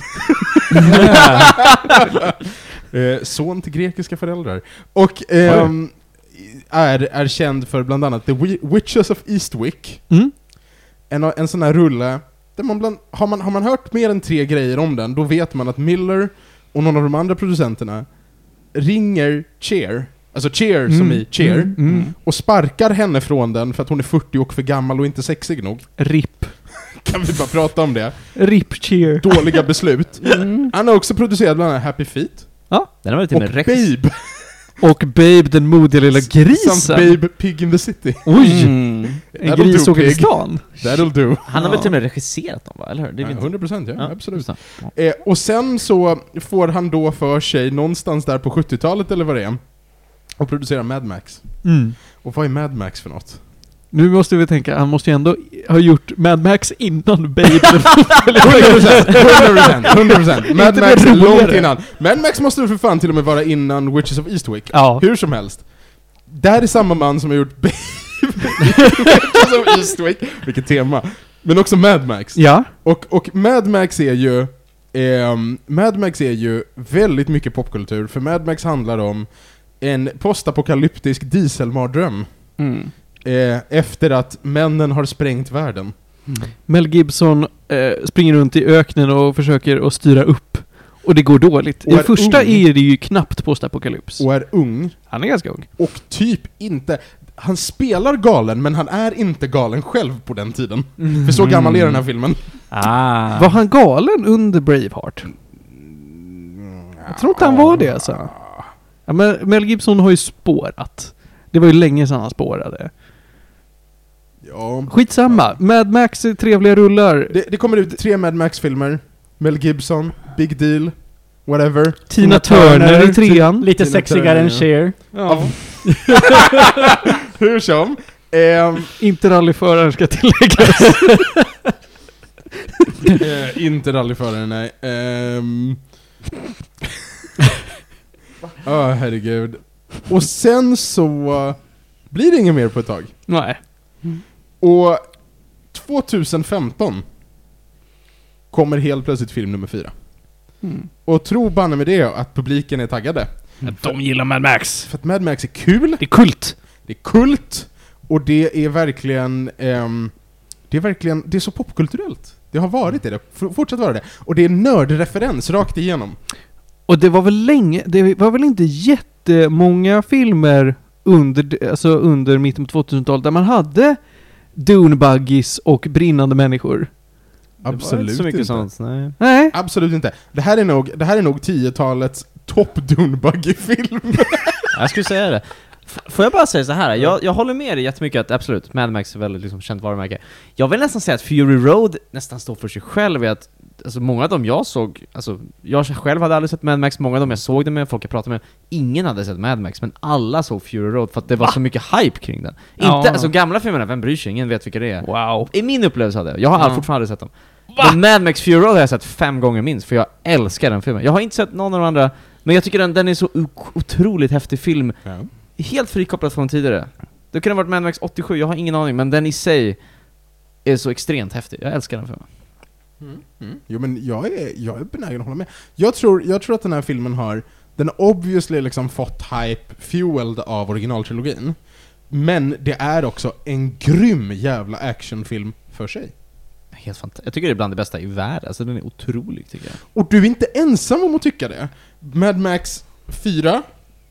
Eh, son till grekiska föräldrar. Och ehm, är, är känd för bland annat The Wi- Witches of Eastwick. Mm. En, en sån här rulle där man bland, har, man, har man hört mer än tre grejer om den, då vet man att Miller och någon av de andra producenterna ringer Cher, alltså Cher som Mm. i Cher, Mm. Mm. och sparkar henne från den för att hon är fyrtio och för gammal och inte sexig nog. Rip. Kan vi bara prata om det? Rip Cheer. Dåliga beslut. Mm. Han har också producerat bland annat Happy Feet Den har väl till och och med regis- Babe, Och Babe, den modiga lilla samt grisen. Babe Pig in the City. Oj! Mm. En That'll gris do, åker till pig. stan. That'll do. Han har väl till och med regisserat dem, va? Eller hur? Det är Ja, inte... hundra procent, ja, Ja, absolut. så. Ja. Eh, och sen så får han då för sig någonstans där på sjuttiotalet eller vad det är och producera Mad Max. Mm. Och vad är Mad Max för något? Nu måste vi tänka, han måste ju ändå ha gjort Mad Max innan Babe. hundra procent! hundra procent! hundra procent! Mad Inte Max det är roligare? långt innan. Mad Max måste väl för fan till och med vara innan Witches of Eastwick. Ja. Hur som helst. Där är samma man som har gjort Babe Witches of Eastwick. Vilket tema. Men också Mad Max. Ja. Och, och Mad Max är ju ehm, Mad Max är ju väldigt mycket popkultur, för Mad Max handlar om en postapokalyptisk dieselmardröm Mm. eh, efter att männen har sprängt världen. Mel Gibson eh, springer runt i öknen och försöker att styra upp. Och det går dåligt. Och I är det första ung. är det ju knappt postapokalyps. Och är ung, Han är ganska ung. och typ inte... Han spelar galen, men han är inte galen själv på den tiden. För så gammal är den här filmen. Ah. Var han galen under Braveheart? Jag tror inte han var det alltså. Ja, men Mel Gibson har ju spårat. Det var ju länge sedan han spårade. Ja. Skitsamma. Mad Max är trevliga rullar. Det, det kommer ut tre Mad Max-filmer. Mel Gibson, Big Deal, whatever. Tina Turner i trean. Lite Tina sexigare Turner, än ja. Cher. Hur som. Ehm, Inte rallyföraren ska tilläggas. eh, inte rallyförare, nej. Ehm. Åh, herregud. Och sen så uh, blir det inget mer på ett tag. Nej. Och tjugohundrafemton kommer helt plötsligt film nummer fyra. Mm. Och tro banne med det att publiken är taggade. De gillar Mad Max. För att Mad Max är kul. Det är kult. Det är kult. Och det är verkligen... Um, det är verkligen... Det är så popkulturellt. Det har varit det. F- fortsätt vara det. Och det är nördreferens rakt igenom. Och det var väl länge... Det var väl inte jättemånga filmer under, alltså under mitten på tvåtusentalet där man hade Dune-buggies och brinnande människor. Absolut inte så mycket inte. sånt, nej. Nej. Absolut inte. Det här är nog, det här är nog tiotalets topp Dune-buggy-film. Jag skulle säga det. F- får jag bara säga så här? Jag, jag håller med dig jättemycket att absolut, Mad Max är väldigt liksom känt varumärke. Jag vill nästan säga att Fury Road nästan står för sig själv i att alltså många av dem jag såg, alltså jag själv hade aldrig sett Mad Max, många av dem jag såg det med, folk jag pratade med, ingen hade sett Mad Max, men alla såg Fury Road för att det var Va? så mycket hype kring den. Ja. Inte, alltså gamla filmerna, vem bryr sig? Ingen vet vilka det är. Wow. I min upplevelse hade jag, jag har Ja. fortfarande aldrig sett dem. Va? Men Mad Max Fury Road har jag sett fem gånger minst, för jag älskar den filmen. Jag har inte sett någon av de andra, men jag tycker den, den är så o- otroligt häftig film. Ja. Helt frikopplad från tidigare. Det kunde ha varit Mad Max åttiosju, jag har ingen aning, men den i sig är så extremt häftig. Jag älskar den filmen. Mm. Mm. Jo, men jag är, jag är benägen att hålla med. Jag tror, jag tror att den här filmen har, den har obviously liksom fått hype fueled av originaltrilogin. Men det är också en grym jävla actionfilm för sig. Helt fantastiskt. Jag tycker det är bland det bästa i världen. Alltså den är otrolig, tycker jag. Och du är inte ensam om att tycka det. Mad Max fyra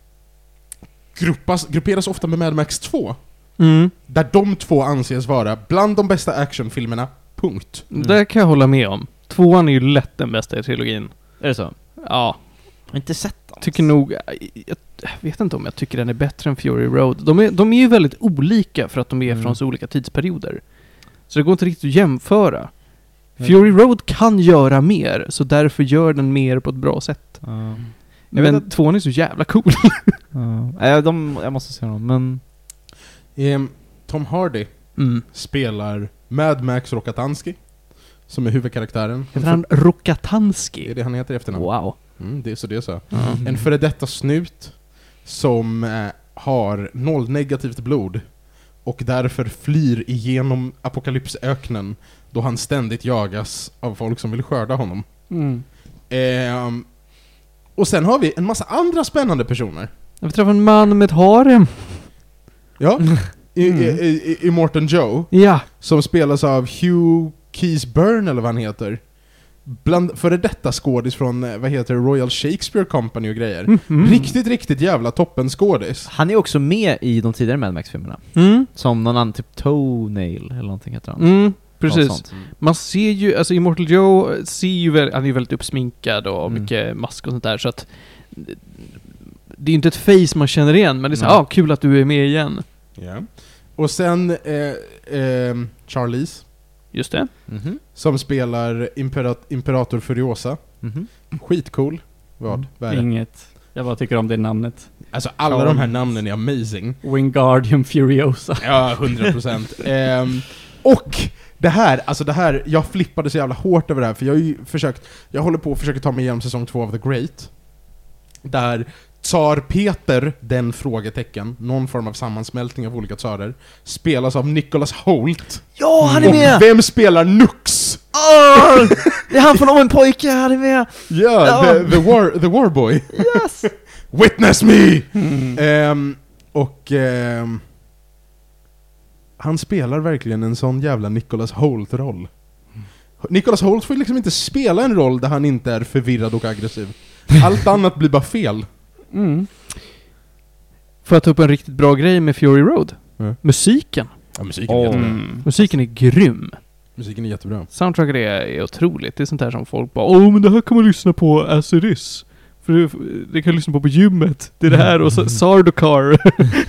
gruppas, grupperas ofta med Mad Max två. Mm. Där de två anses vara bland de bästa actionfilmerna, punkt. Mm. Det kan jag hålla med om. Tvåan är ju lätt den bästa i trilogin. Är det så? Ja. Jag har inte sett dem. Tycker nog... Jag vet inte om jag tycker den är bättre än Fury Road. De är, de är ju väldigt olika för att de är Mm. från så olika tidsperioder. Så det går inte riktigt att jämföra. Fury Road kan göra mer, så därför gör den mer på ett bra sätt. Ja. Jag Men vet att- tvåan är så jävla cool. Ja. Nej, de, jag måste se dem, men... Ehm, Tom Hardy Mm. spelar Mad Max Rokatansky, som är huvudkaraktären. Heter han Det är Rokatanski? det han heter i efternamn. Wow. Mm, det är så det är så. Mm. En före detta snut som eh, har noll negativt blod och därför flyr igenom apokalypsöknen då han ständigt jagas av folk som vill skörda honom. Mm. Ehm, och sen har vi en massa andra spännande personer. Jag träffade en man med ett harem. Ja, i, Mm. i, i, i Morton Joe, Ja. som spelas av Hugh Keays-Byrne eller vad han heter. Bland före detta skådis från, eh, vad heter det, Royal Shakespeare Company och grejer. Mm. Riktigt, riktigt jävla toppen skådis. Han är också med i de tidigare Mad Max-filmerna. Mm. Som någon annan, typ Toenail eller någonting heter han. Mm. Något Precis. sånt. Man ser ju, alltså Immortal Joe ser ju väl, han är ju väldigt uppsminkad och Mm. mycket mask och sånt där, så att det är ju inte ett face man känner igen, men det är så Nej. ja, ah, kul att du är med igen. Ja. Och sen eh, eh, Charlize, Just det. Mhm. som spelar Imperat- Imperator Furiosa. Mhm. Skitcool. Vad? Mm. Vad är det? Inget. Jag bara tycker om det namnet. Alltså alla Charlize. de här namnen är amazing. Wingardium Furiosa. Ja, hundra procent. ehm, och det här, alltså det här, jag flippade så jävla hårt över det här, för jag har ju försökt, jag håller på att försöka ta mig igenom säsong två av The Great. Där Tsar Peter, den frågetecken, någon form av sammansmältning av olika tsarer, spelas av Nicholas Hoult. Ja, han är Och med! vem spelar Nux? Åh! Det är han från Om en pojke, han är med! Ja, Ja. The, the, war, the Warboy. Yes! Witness me! Mm. Ehm, och ehm, han spelar verkligen en sån jävla Nicholas Hoult-roll. Nicholas Hoult får liksom inte spela en roll där han inte är förvirrad och aggressiv. Allt annat blir bara fel. Mm. Får jag ta upp en riktigt bra grej med Fury Road? Mm. Musiken. Ja, musiken är Åh. jättebra. Mm. Musiken är grym. Musiken är jättebra. Soundtracket är, är otroligt. Det är sånt här som folk bara åh, men det här kan man lyssna på as it is. För det, det kan jag lyssna på på gymmet. Det är det här och så Sardaukar.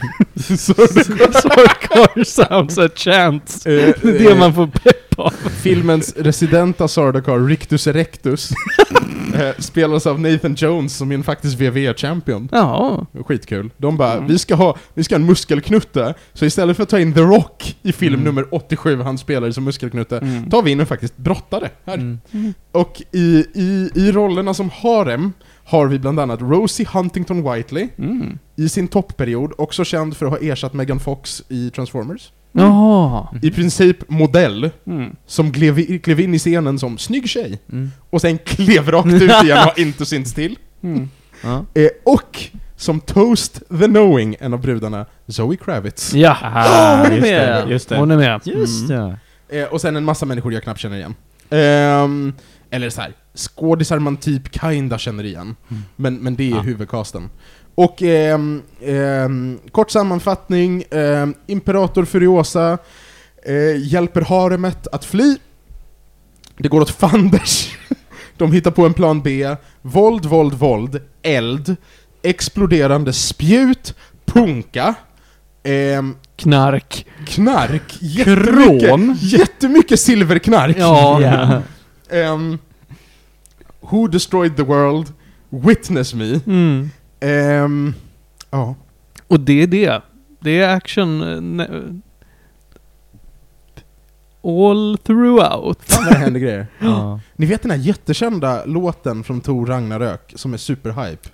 Sardaukar sounds a chant. Eh, Det är det eh, man får pepp av. Filmens residenta Sardaukar, Rictus Erectus, eh, spelas av Nathan Jones som är en faktisk V V E-champion. Ja. Skitkul. De bara, Mm. vi ska ha vi ska ha en muskelknutte, så istället för att ta in The Rock i film Mm. nummer åttiosju, han spelar som muskelknutte, Mm. tar vi in en faktiskt brottare här. Mm. Och i, i, i rollerna som harem har vi bland annat Rosie Huntington Whiteley, Mm. i sin toppperiod, också känd för att ha ersatt Megan Fox i Transformers. Ja. I princip modell, Mm. som klev, i- klev in i scenen som snygg tjej, Mm. och sen klev rakt ut igen och har inte synts till. Mm. Ja. Eh, och som Toast the Knowing, en av brudarna, Zoe Kravitz. Ja, Ah, hon är just, det, med. just det. hon är med. Just Mm. det. Eh, och sen en massa människor jag knappt känner igen. Ehm, eller så här, skådisar man typ kinda känner igen. Mm. Men, men det är Ja. huvudcasten. Och ehm, ehm, kort sammanfattning, ehm, Imperator Furiosa eh, hjälper haremet att fly. Det går åt fanders. De hittar på en plan B. Våld, våld, våld. Eld. Exploderande spjut. Punka. Ehm, Knark. knark. Jättemycket, Krom. jättemycket silverknark. Ja. Ja. Ehm, Who Destroyed the World. Witness Me. Mm. Ehm, ja. Och det är det. Det är action eh, ne- all throughout. Fan vad det händer grejer. Ja. Ni vet den här jättekända låten från Thor Ragnarök som är superhype?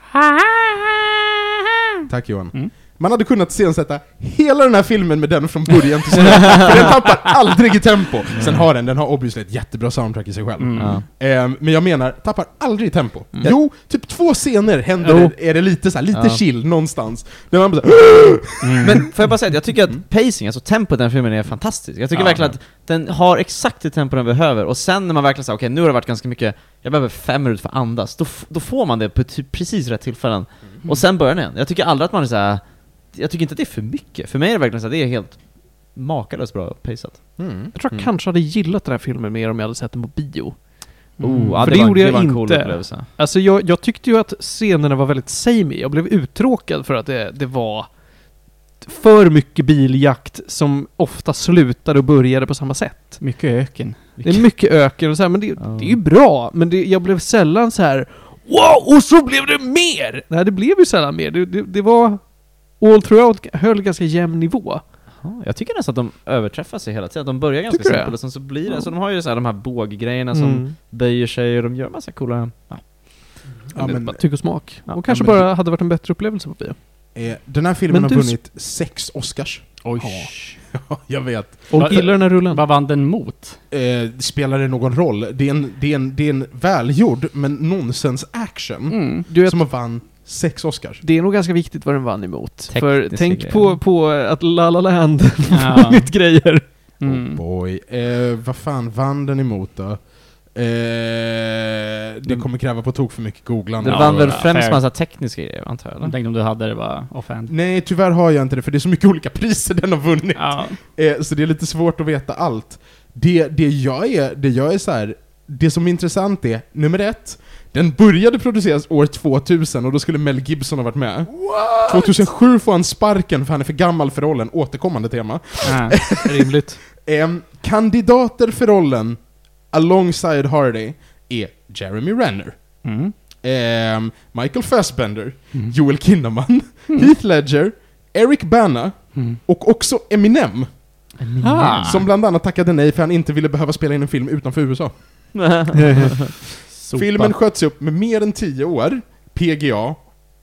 Tack Johan. Mm. Man hade kunnat iscensätta hela den här filmen med den från början till slut. För den tappar aldrig i tempo. Sen har den, den har obviously ett jättebra soundtrack i sig själv. Mm. Ja. Ehm, men jag menar, tappar aldrig i tempo. Mm. Jo, typ två scener händer Jo. det, är det lite så här, lite Ja. chill någonstans. Där man bara så här, Mm. Men får jag bara säga att jag tycker att pacing, alltså tempot i den filmen är fantastisk. Jag tycker Ja. verkligen att den har exakt det tempo den behöver. Och sen när man verkligen säger okej, nu har det varit ganska mycket, jag behöver fem minuter för att andas, då, f- då får man det på typ precis rätt tillfällen. Och sen börjar den igen. Jag tycker aldrig att man är så här. Jag tycker inte att det är för mycket. För mig är det verkligen så att det är helt makalöst bra paceat. mm. Jag tror jag Mm. kanske hade gillat den här filmen mer om jag hade sett den på bio. Oh, ja, För det, det var, gjorde det jag var en cool inte. upplevelse. Alltså jag, jag tyckte ju att scenerna var väldigt samey. Jag blev uttråkad för att det, det var för mycket biljakt som ofta slutade och började på samma sätt. Mycket öken. Det är mycket öken och så här, men det, Ja. det är ju bra. Men det, jag blev sällan så här. Wow! Och så blev det mer! Nej, det blev ju sällan mer. Det, det, det var all throughout, höll ganska jämn nivå. Ja, jag tycker nästan att de överträffar sig hela tiden. De börjar ganska Tycker du simpelt det? och sen så blir det, Ja. så de har ju så här, de här båggrejerna som Mm. böjer sig och de gör massa coola... Ja. Ja, det är men- bara tyck och smak. Ja, och kanske ja, men- bara hade varit en bättre upplevelse på bio. Eh, den här filmen Men har du- vunnit sex Oscars. Oj. Ja, jag vet. Och Va- gillar den här rullen. Vad vann den mot? Eh, spelar det någon roll? Det är en, det är en, det är en välgjord men nonsens action Mm. Du vet, som har vann sex Oscars. det är nog ganska viktigt vad den vann emot. Tekniska För tänk grejer. på, på att La La Land Ja. har vunnit grejer. Mm. Oh boy. Eh, vad fan vann den emot då? Eh, det kommer kräva på tok för mycket googlande. Det Ja, vann väl ja, främst fair. massa tekniska grejer, antar jag, Jag eller? tänkte om du hade det bara offhand. Nej, tyvärr har jag inte det, för det är så mycket olika priser den har vunnit. Ja. Eh, så det är lite svårt att veta allt. Det, det jag är, det jag är så här, det som är intressant är, nummer ett, den började produceras år tvåtusen och då skulle Mel Gibson ha varit med. tjugohundrasju får han sparken för han är för gammal för rollen, återkommande tema. Ja. Rimligt. Ehm, kandidater för rollen alongside Hardy är Jeremy Renner, Mm. ehm, Michael Fassbender, Mm. Joel Kinnaman, Heath Ledger, Eric Bana Mm. och också Eminem, Ah. som bland annat tackade nej för han inte ville behöva spela in en film utanför U S A. Sopa. Filmen sköts upp med mer än tio år, P G A,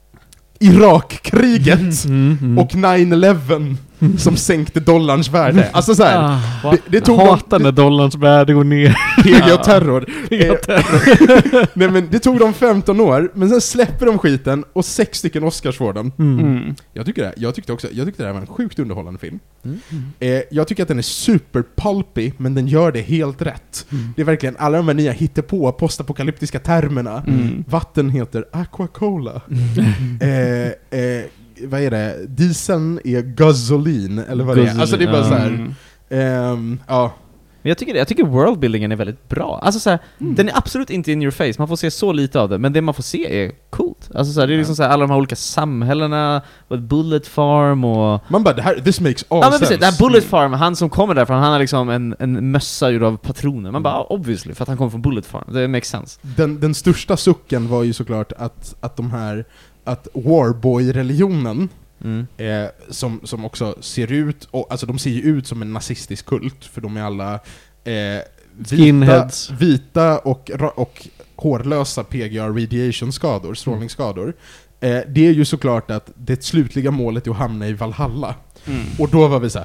Irakkriget Mm, mm. och nine eleven som sänkte dollarns värde. Alltså så här, Ah. det, det tog Hatar dem, när dollarns värde går ner. P G A-terror. Eh, Nej men det tog dem femton år, men sen släpper de skiten och sex stycken Oscars får den. Mm. Jag tycker det, jag tyckte också, jag tyckte det här var en sjukt underhållande film. Mm. Eh, jag tycker att den är super pulpy, men den gör det helt rätt. Mm. Det är verkligen alla de här nya hittepå postapokalyptiska termerna. Mm. Vatten heter Aquacola. eh, eh, vad är det? Dieseln är gasolin, eller vad det är. Gasolin, Alltså det är bara ja. så här. Mm. ehm, ja. Men jag tycker, jag tycker worldbuildingen är väldigt bra. Alltså så här, den är absolut inte in your face, man får se så lite av det, men det man får se är coolt. Alltså så här, det är liksom så här, alla de här olika samhällena, och ett bullet farm och... Man bara, det här, this makes all Ja men sense. precis, det här bullet farm, han som kommer därifrån, han har liksom en, en mössa gjord av patroner. Man bara, obviously, för att han kommer från bullet farm. Det makes sense. Den, den största sucken var ju såklart att, att de här, att Warboy-religionen, Mm. eh, som, som också ser ut, och, alltså de ser ju ut som en nazistisk kult, för de är alla eh, vita, Skinheads. vita och, ra- och hårlösa P G A-radiation-skador, strålningsskador. Eh, det är ju såklart att det slutliga målet är att hamna i Valhalla. Mm. Och då var vi så här: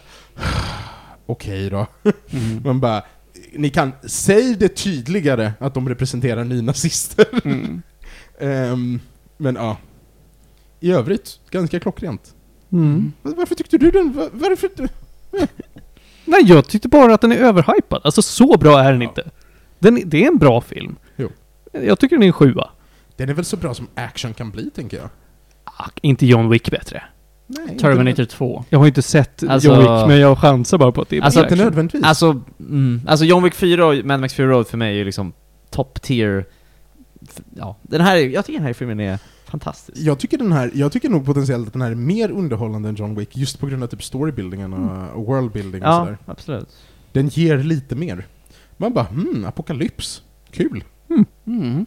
okej då. Mm. Man bara, ni kan, säg det tydligare att de representerar nynazister. Mm. Ehm, men ja. i övrigt ganska klockrent. Mm. Varför tyckte du den? Var, varför? Nej, jag tyckte bara att den är överhypad. Alltså så bra är den ja. inte. Den, det är en bra film. Jo. Jag tycker den är en sjua. Den är väl så bra som action kan bli, tänker jag. Ah, inte John Wick bättre. Nej, Terminator två. Jag har inte sett alltså, John Wick, men jag chansar bara på att det är alltså, inte nödvändigtvis. Alltså, mm, alltså John Wick fyra och Mad Max Fury Road för mig är liksom top tier. Ja, den här, jag tycker den här filmen är fantastisk. Jag tycker den här, jag tycker nog potentiellt att den här är mer underhållande än John Wick, just på grund av typ storybuildingen och, mm. och worldbuilding och ja, sådär. Ja, absolut. Den ger lite mer. Man bara, hmm, apokalyps. Kul. Mm. Mm.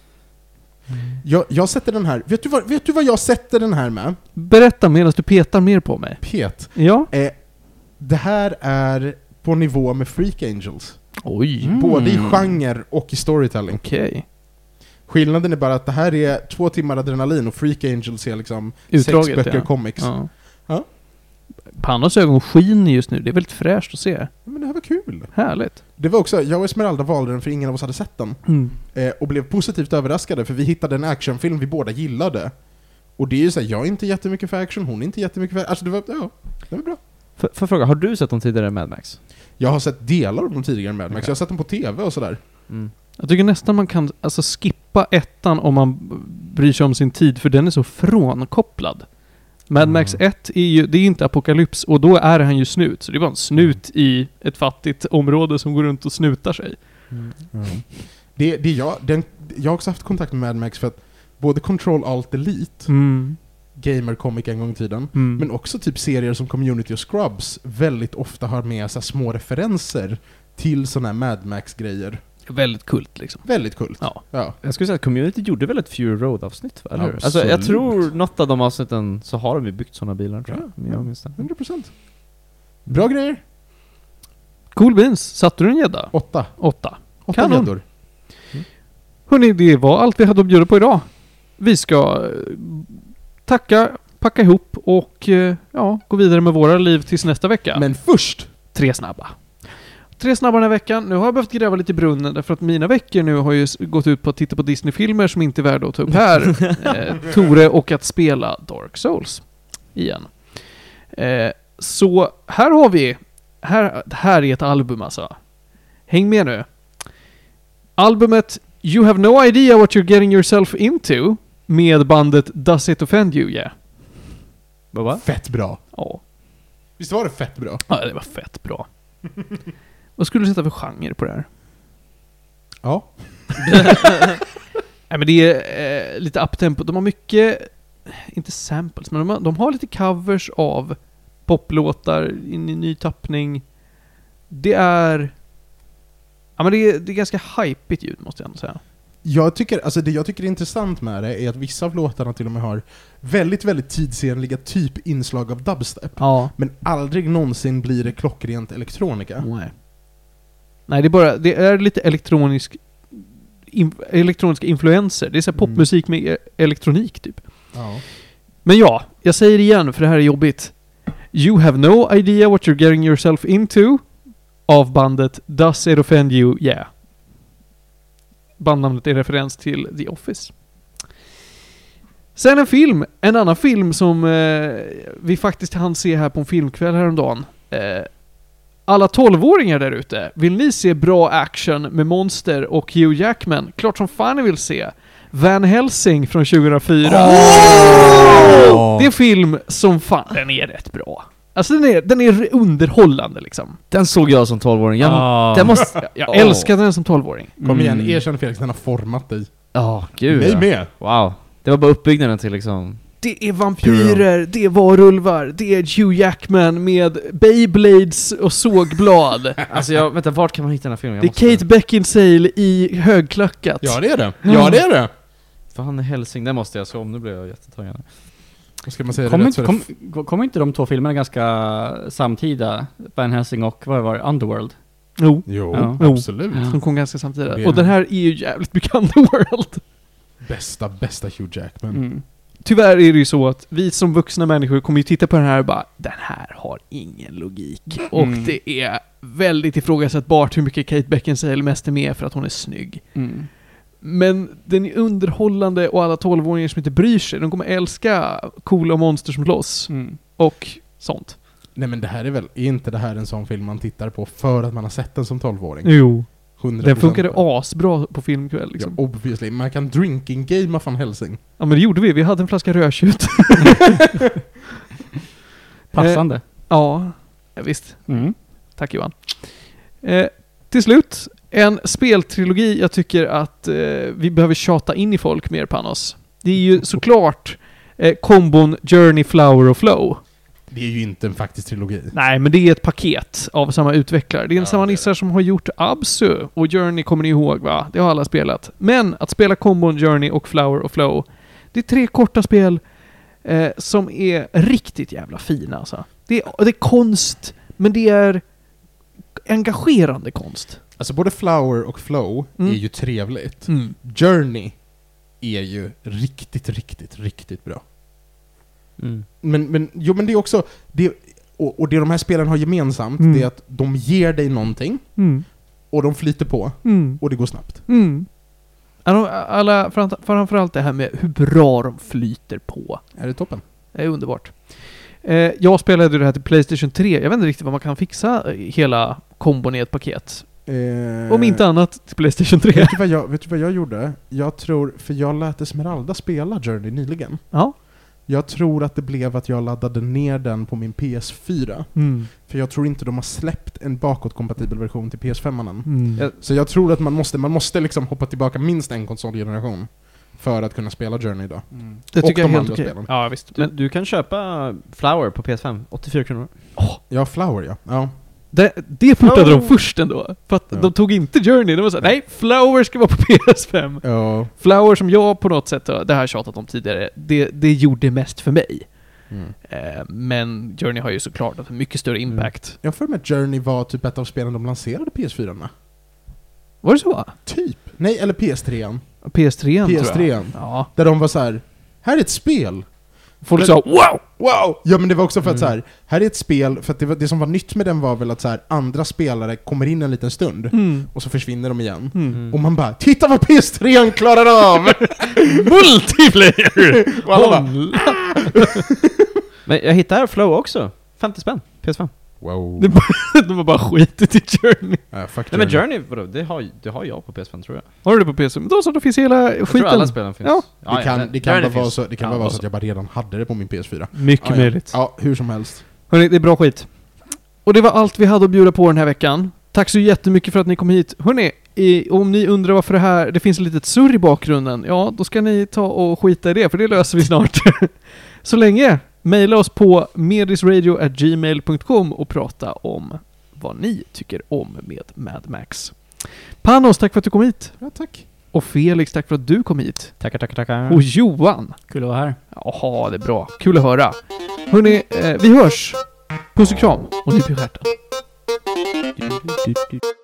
Jag, jag sätter den här, vet du, vad, vet du vad jag sätter den här med? Berätta medan du petar mer på mig. Pet. Ja. Eh, det här är på nivå med Freak Angels. Oj. Mm. Både i genre och i storytelling. Okej. Okay. Skillnaden är bara att det här är två timmar adrenalin och Freak Angels är liksom Utdraget, sex böcker ja. comics. Ja. Ja. Panos ögon skiner just nu. Det är väldigt fräscht att se. Men det här var kul. Härligt. Det var också, jag och Esmeralda valde den för ingen av oss hade sett den. Mm. Eh, och blev positivt överraskade för vi hittade en actionfilm vi båda gillade. Och det är ju så här, jag är inte jättemycket för action, hon är inte jättemycket för... Alltså det var, ja, det var bra. För, för fråga, har du sett de tidigare Mad Max? Jag har sett delar av de tidigare Mad Max. Okay. Jag har sett dem på tv och sådär. Mm. Jag tycker nästan man kan alltså skippa ettan om man bryr sig om sin tid, för den är så frånkopplad. Mad Mm. Max ett är ju, det är inte apokalyps, och då är han ju snut. Så det var en snut mm. i ett fattigt område som går runt och snutar sig. Mm. Mm. Det, det jag, den, jag har också haft kontakt med Mad Max för att både Control Alt Elite, mm. Gamer Comic en gång i tiden, mm. men också typ serier som Community och Scrubs väldigt ofta har med så här små referenser till såna här Mad Max-grejer. Väldigt kult liksom. Väldigt kult. Ja. Ja. Jag skulle säga att Community gjorde väl ett Fury Road-avsnitt, va? Eller hur? Absolut. Alltså, jag tror något av de avsnitten så har de ju byggt såna bilar, tror jag. Ja, jag ja. minns det. hundra procent. Bra grejer. Cool beans. Satte du en gädda? Åtta. Åtta. Åtta Kanon. gäddor. Mm. Hörrni, det var allt vi hade att bjuda på idag. Vi ska tacka, packa ihop och ja, gå vidare med våra liv tills nästa vecka. Men först, tre snabba. Tre snabba den här veckan. Nu har jag behövt gräva lite i brunnen därför att mina veckor nu har ju gått ut på att titta på Disney-filmer som inte är värda att ta upp här. eh, Tore och att spela Dark Souls igen. Eh, så här har vi, här, här är ett album alltså. Häng med nu. Albumet You Have No Idea What You're Getting Yourself Into med bandet Does It Offend You, yeah. Vad va? fett bra. Ja. Visst var det fett bra? Ja, det var fett bra. Vad skulle du sätta för genre på det här? Ja. Nej, men det är eh, lite uptempo. De har mycket, inte samples, men de har, de har lite covers av poplåtar in i ny tappning. Det är... Ja, men det är, det är ganska hypigt ljud, måste jag ändå säga. Jag tycker, alltså det jag tycker är intressant med det är att vissa av låtarna till och med har väldigt, väldigt tidsenliga typ inslag av dubstep. Ja. Men aldrig någonsin blir det klockrent elektronika. Nej. Nej, det är bara, det är lite elektronisk in, elektroniska influenser. Det är så här popmusik med e- elektronik typ. Ja. Men ja, jag säger det igen för det här är jobbigt. You Have No Idea What You're Getting Yourself Into av bandet Does It Offend You, yeah. Bandnamnet är referens till The Office. Sen en film, en annan film som eh, vi faktiskt hann se här på en filmkväll häromdagen. Eh, alla tolvåringar där ute, vill ni se bra action med monster och Hugh Jackman? Klart som fan ni vill se. Van Helsing från tjugohundrafyra. Oh! Det är en film som fan, den är rätt bra. Alltså den är, den är underhållande liksom. Den såg jag som tolvåring. Jag, Ah. den måste... Jag, jag Oh. älskade den som tolvåring. Kom igen, Mm. erkänn Felix, den har format dig. Ja, oh, gud. Mig ja. med. Wow. Det var bara uppbyggnaden till liksom... Det är vampyrer, det är varulvar, det är Hugh Jackman med Beyblades och sågblad. Alltså jag, vänta, vart kan man hitta den här filmen? Jag Det är måste- Kate Beckinsale i högklackat. Ja, det är det. Ja, det är det. För han är Helsing, den måste jag se om. Nu blir jag jättetaggad. Vad ska man säga? Kommer det rätt inte, så är det kom, kom inte de två filmerna ganska samtida? Van Helsing och vad var det? Underworld? Jo, Jo, Ja. absolut. som kom ganska samtidigt. Det- Och den här är ju jävligt mycket Underworld. Bästa, bästa Hugh Jackman. Mm. Tyvärr är det ju så att vi som vuxna människor kommer ju titta på den här och bara, den här har ingen logik. Och Mm. det är väldigt ifrågasättbart hur mycket Kate Beckinsale mest är med för att hon är snygg. Mm. Men den är underhållande och alla tolvåringar som inte bryr sig, de kommer älska coola monster som slåss. Mm. Och sånt. Nej men det här är väl, är inte det här en sån film man tittar på för att man har sett den som tolvåring? Jo. hundra Den procent. funkade asbra på filmkväll liksom. Ja, obviously. Man kan drinking game av Van Helsing. Ja men det gjorde vi, vi hade en flaska rödtjut. Passande. Eh, ja, visst. Mm. Tack Johan. Eh, till slut, en speltrilogi jag tycker att eh, vi behöver tjata in i folk mer, Panos. Det är ju såklart eh, kombon Journey, Flower och Flow. Det är ju inte en faktisk trilogi. Nej, men det är ett paket av samma utvecklare. Det är en Ja, samma det är nissar som har gjort Absu och Journey kommer ni ihåg va? Det har alla spelat. Men att spela kombon Journey och Flower och Flow, det är tre korta spel eh, som är riktigt jävla fina alltså. Det är, det är konst, men det är engagerande konst. Alltså både Flower och Flow Mm. är ju trevligt. Mm. Journey är ju riktigt, riktigt, riktigt bra. Mm. Men, men, jo, men det är också... Det, och, och det de här spelen har gemensamt, Mm. det är att de ger dig någonting, Mm. och de flyter på, Mm. och det går snabbt. Mm. Alla, alla, framför- framförallt det här med hur bra de flyter på. Är det toppen? Det är underbart. Eh, jag spelade det här till PlayStation tre. Jag vet inte riktigt vad man kan fixa hela kombon i ett paket. Eh, Om inte annat till PlayStation tre. Vet du, vad jag, vet du vad jag gjorde? Jag tror, för jag lät Esmeralda spela Journey nyligen. Ja. Jag tror att det blev att jag laddade ner den på min P S fyra. Mm. För jag tror inte de har släppt en bakåtkompatibel version till P S fem än. Mm. Ja. Så jag tror att man måste, man måste liksom hoppa tillbaka minst en konsolgeneration för att kunna spela Journey idag. Mm. Det Och tycker jag de är helt andra okej. spelen. Ja, visst. Du, Men du kan köpa Flower på P S fem, åttiofyra kronor. Ja, Flower ja. ja. det, det portade Flower. de först ändå. För att Ja. de tog inte Journey. De var såhär, nej, Flower ska vara på P S fem. Ja. Flower som jag på något sätt, det här har jag tjatat om tidigare, det, det gjorde mest för mig. Mm. Eh, men Journey har ju såklart haft en mycket större impact. Jag har för mig att Journey var typ ett av spelen de lanserade P S fyra med. Var det så? Typ. Nej, eller P S tre. P S tre P S tror jag. tre. Ja. Där de var så här: här är ett spel. Folk Men- sa wow! Wow! Ja, men det var också för att Mm. så här, här är ett spel, för att det, var, det som var nytt med den var väl att så här, andra spelare kommer in en liten stund, Mm. och så försvinner de igen. Mm. Mm. Och man bara, titta vad P S tre klarar av! Multiplayer! Och alla bara, Men jag hittade Flow också. femtio spänn, P S fem. wow. Det De har bara skitit i Journey. Äh, fuck Nej men Journey. Journey, vadå? Det har, det har jag på P S fem tror jag. Har du det på P S? Då så, då finns hela Jag skiten. tror alla spelen finns. Ja. Det kan, men det kan Journey bara vara finns. så, det kan Ja, bara vara och så att jag bara redan hade det på min P S fyra. Mycket Ja, ja. möjligt. Ja, hur som helst. Hörrni, det är bra skit. Och det var allt vi hade att bjuda på den här veckan. Tack så jättemycket för att ni kom hit. Hörrni, i, om ni undrar varför det här, det finns ett litet surr i bakgrunden, ja, då ska ni ta och skita i det, för det löser vi snart. Så länge, mejla oss på medisradio at gmail dot com och prata om vad ni tycker om med Mad Max. Panos, tack för att du kom hit. Ja, tack. Och Felix, tack för att du kom hit. Tackar, tackar, tackar. Och Johan. Kul att vara här. Jaha, det är bra. Kul att höra. Hörrni, eh, vi hörs. Puss och kram och nyp i stjärten. Du, du, du, du.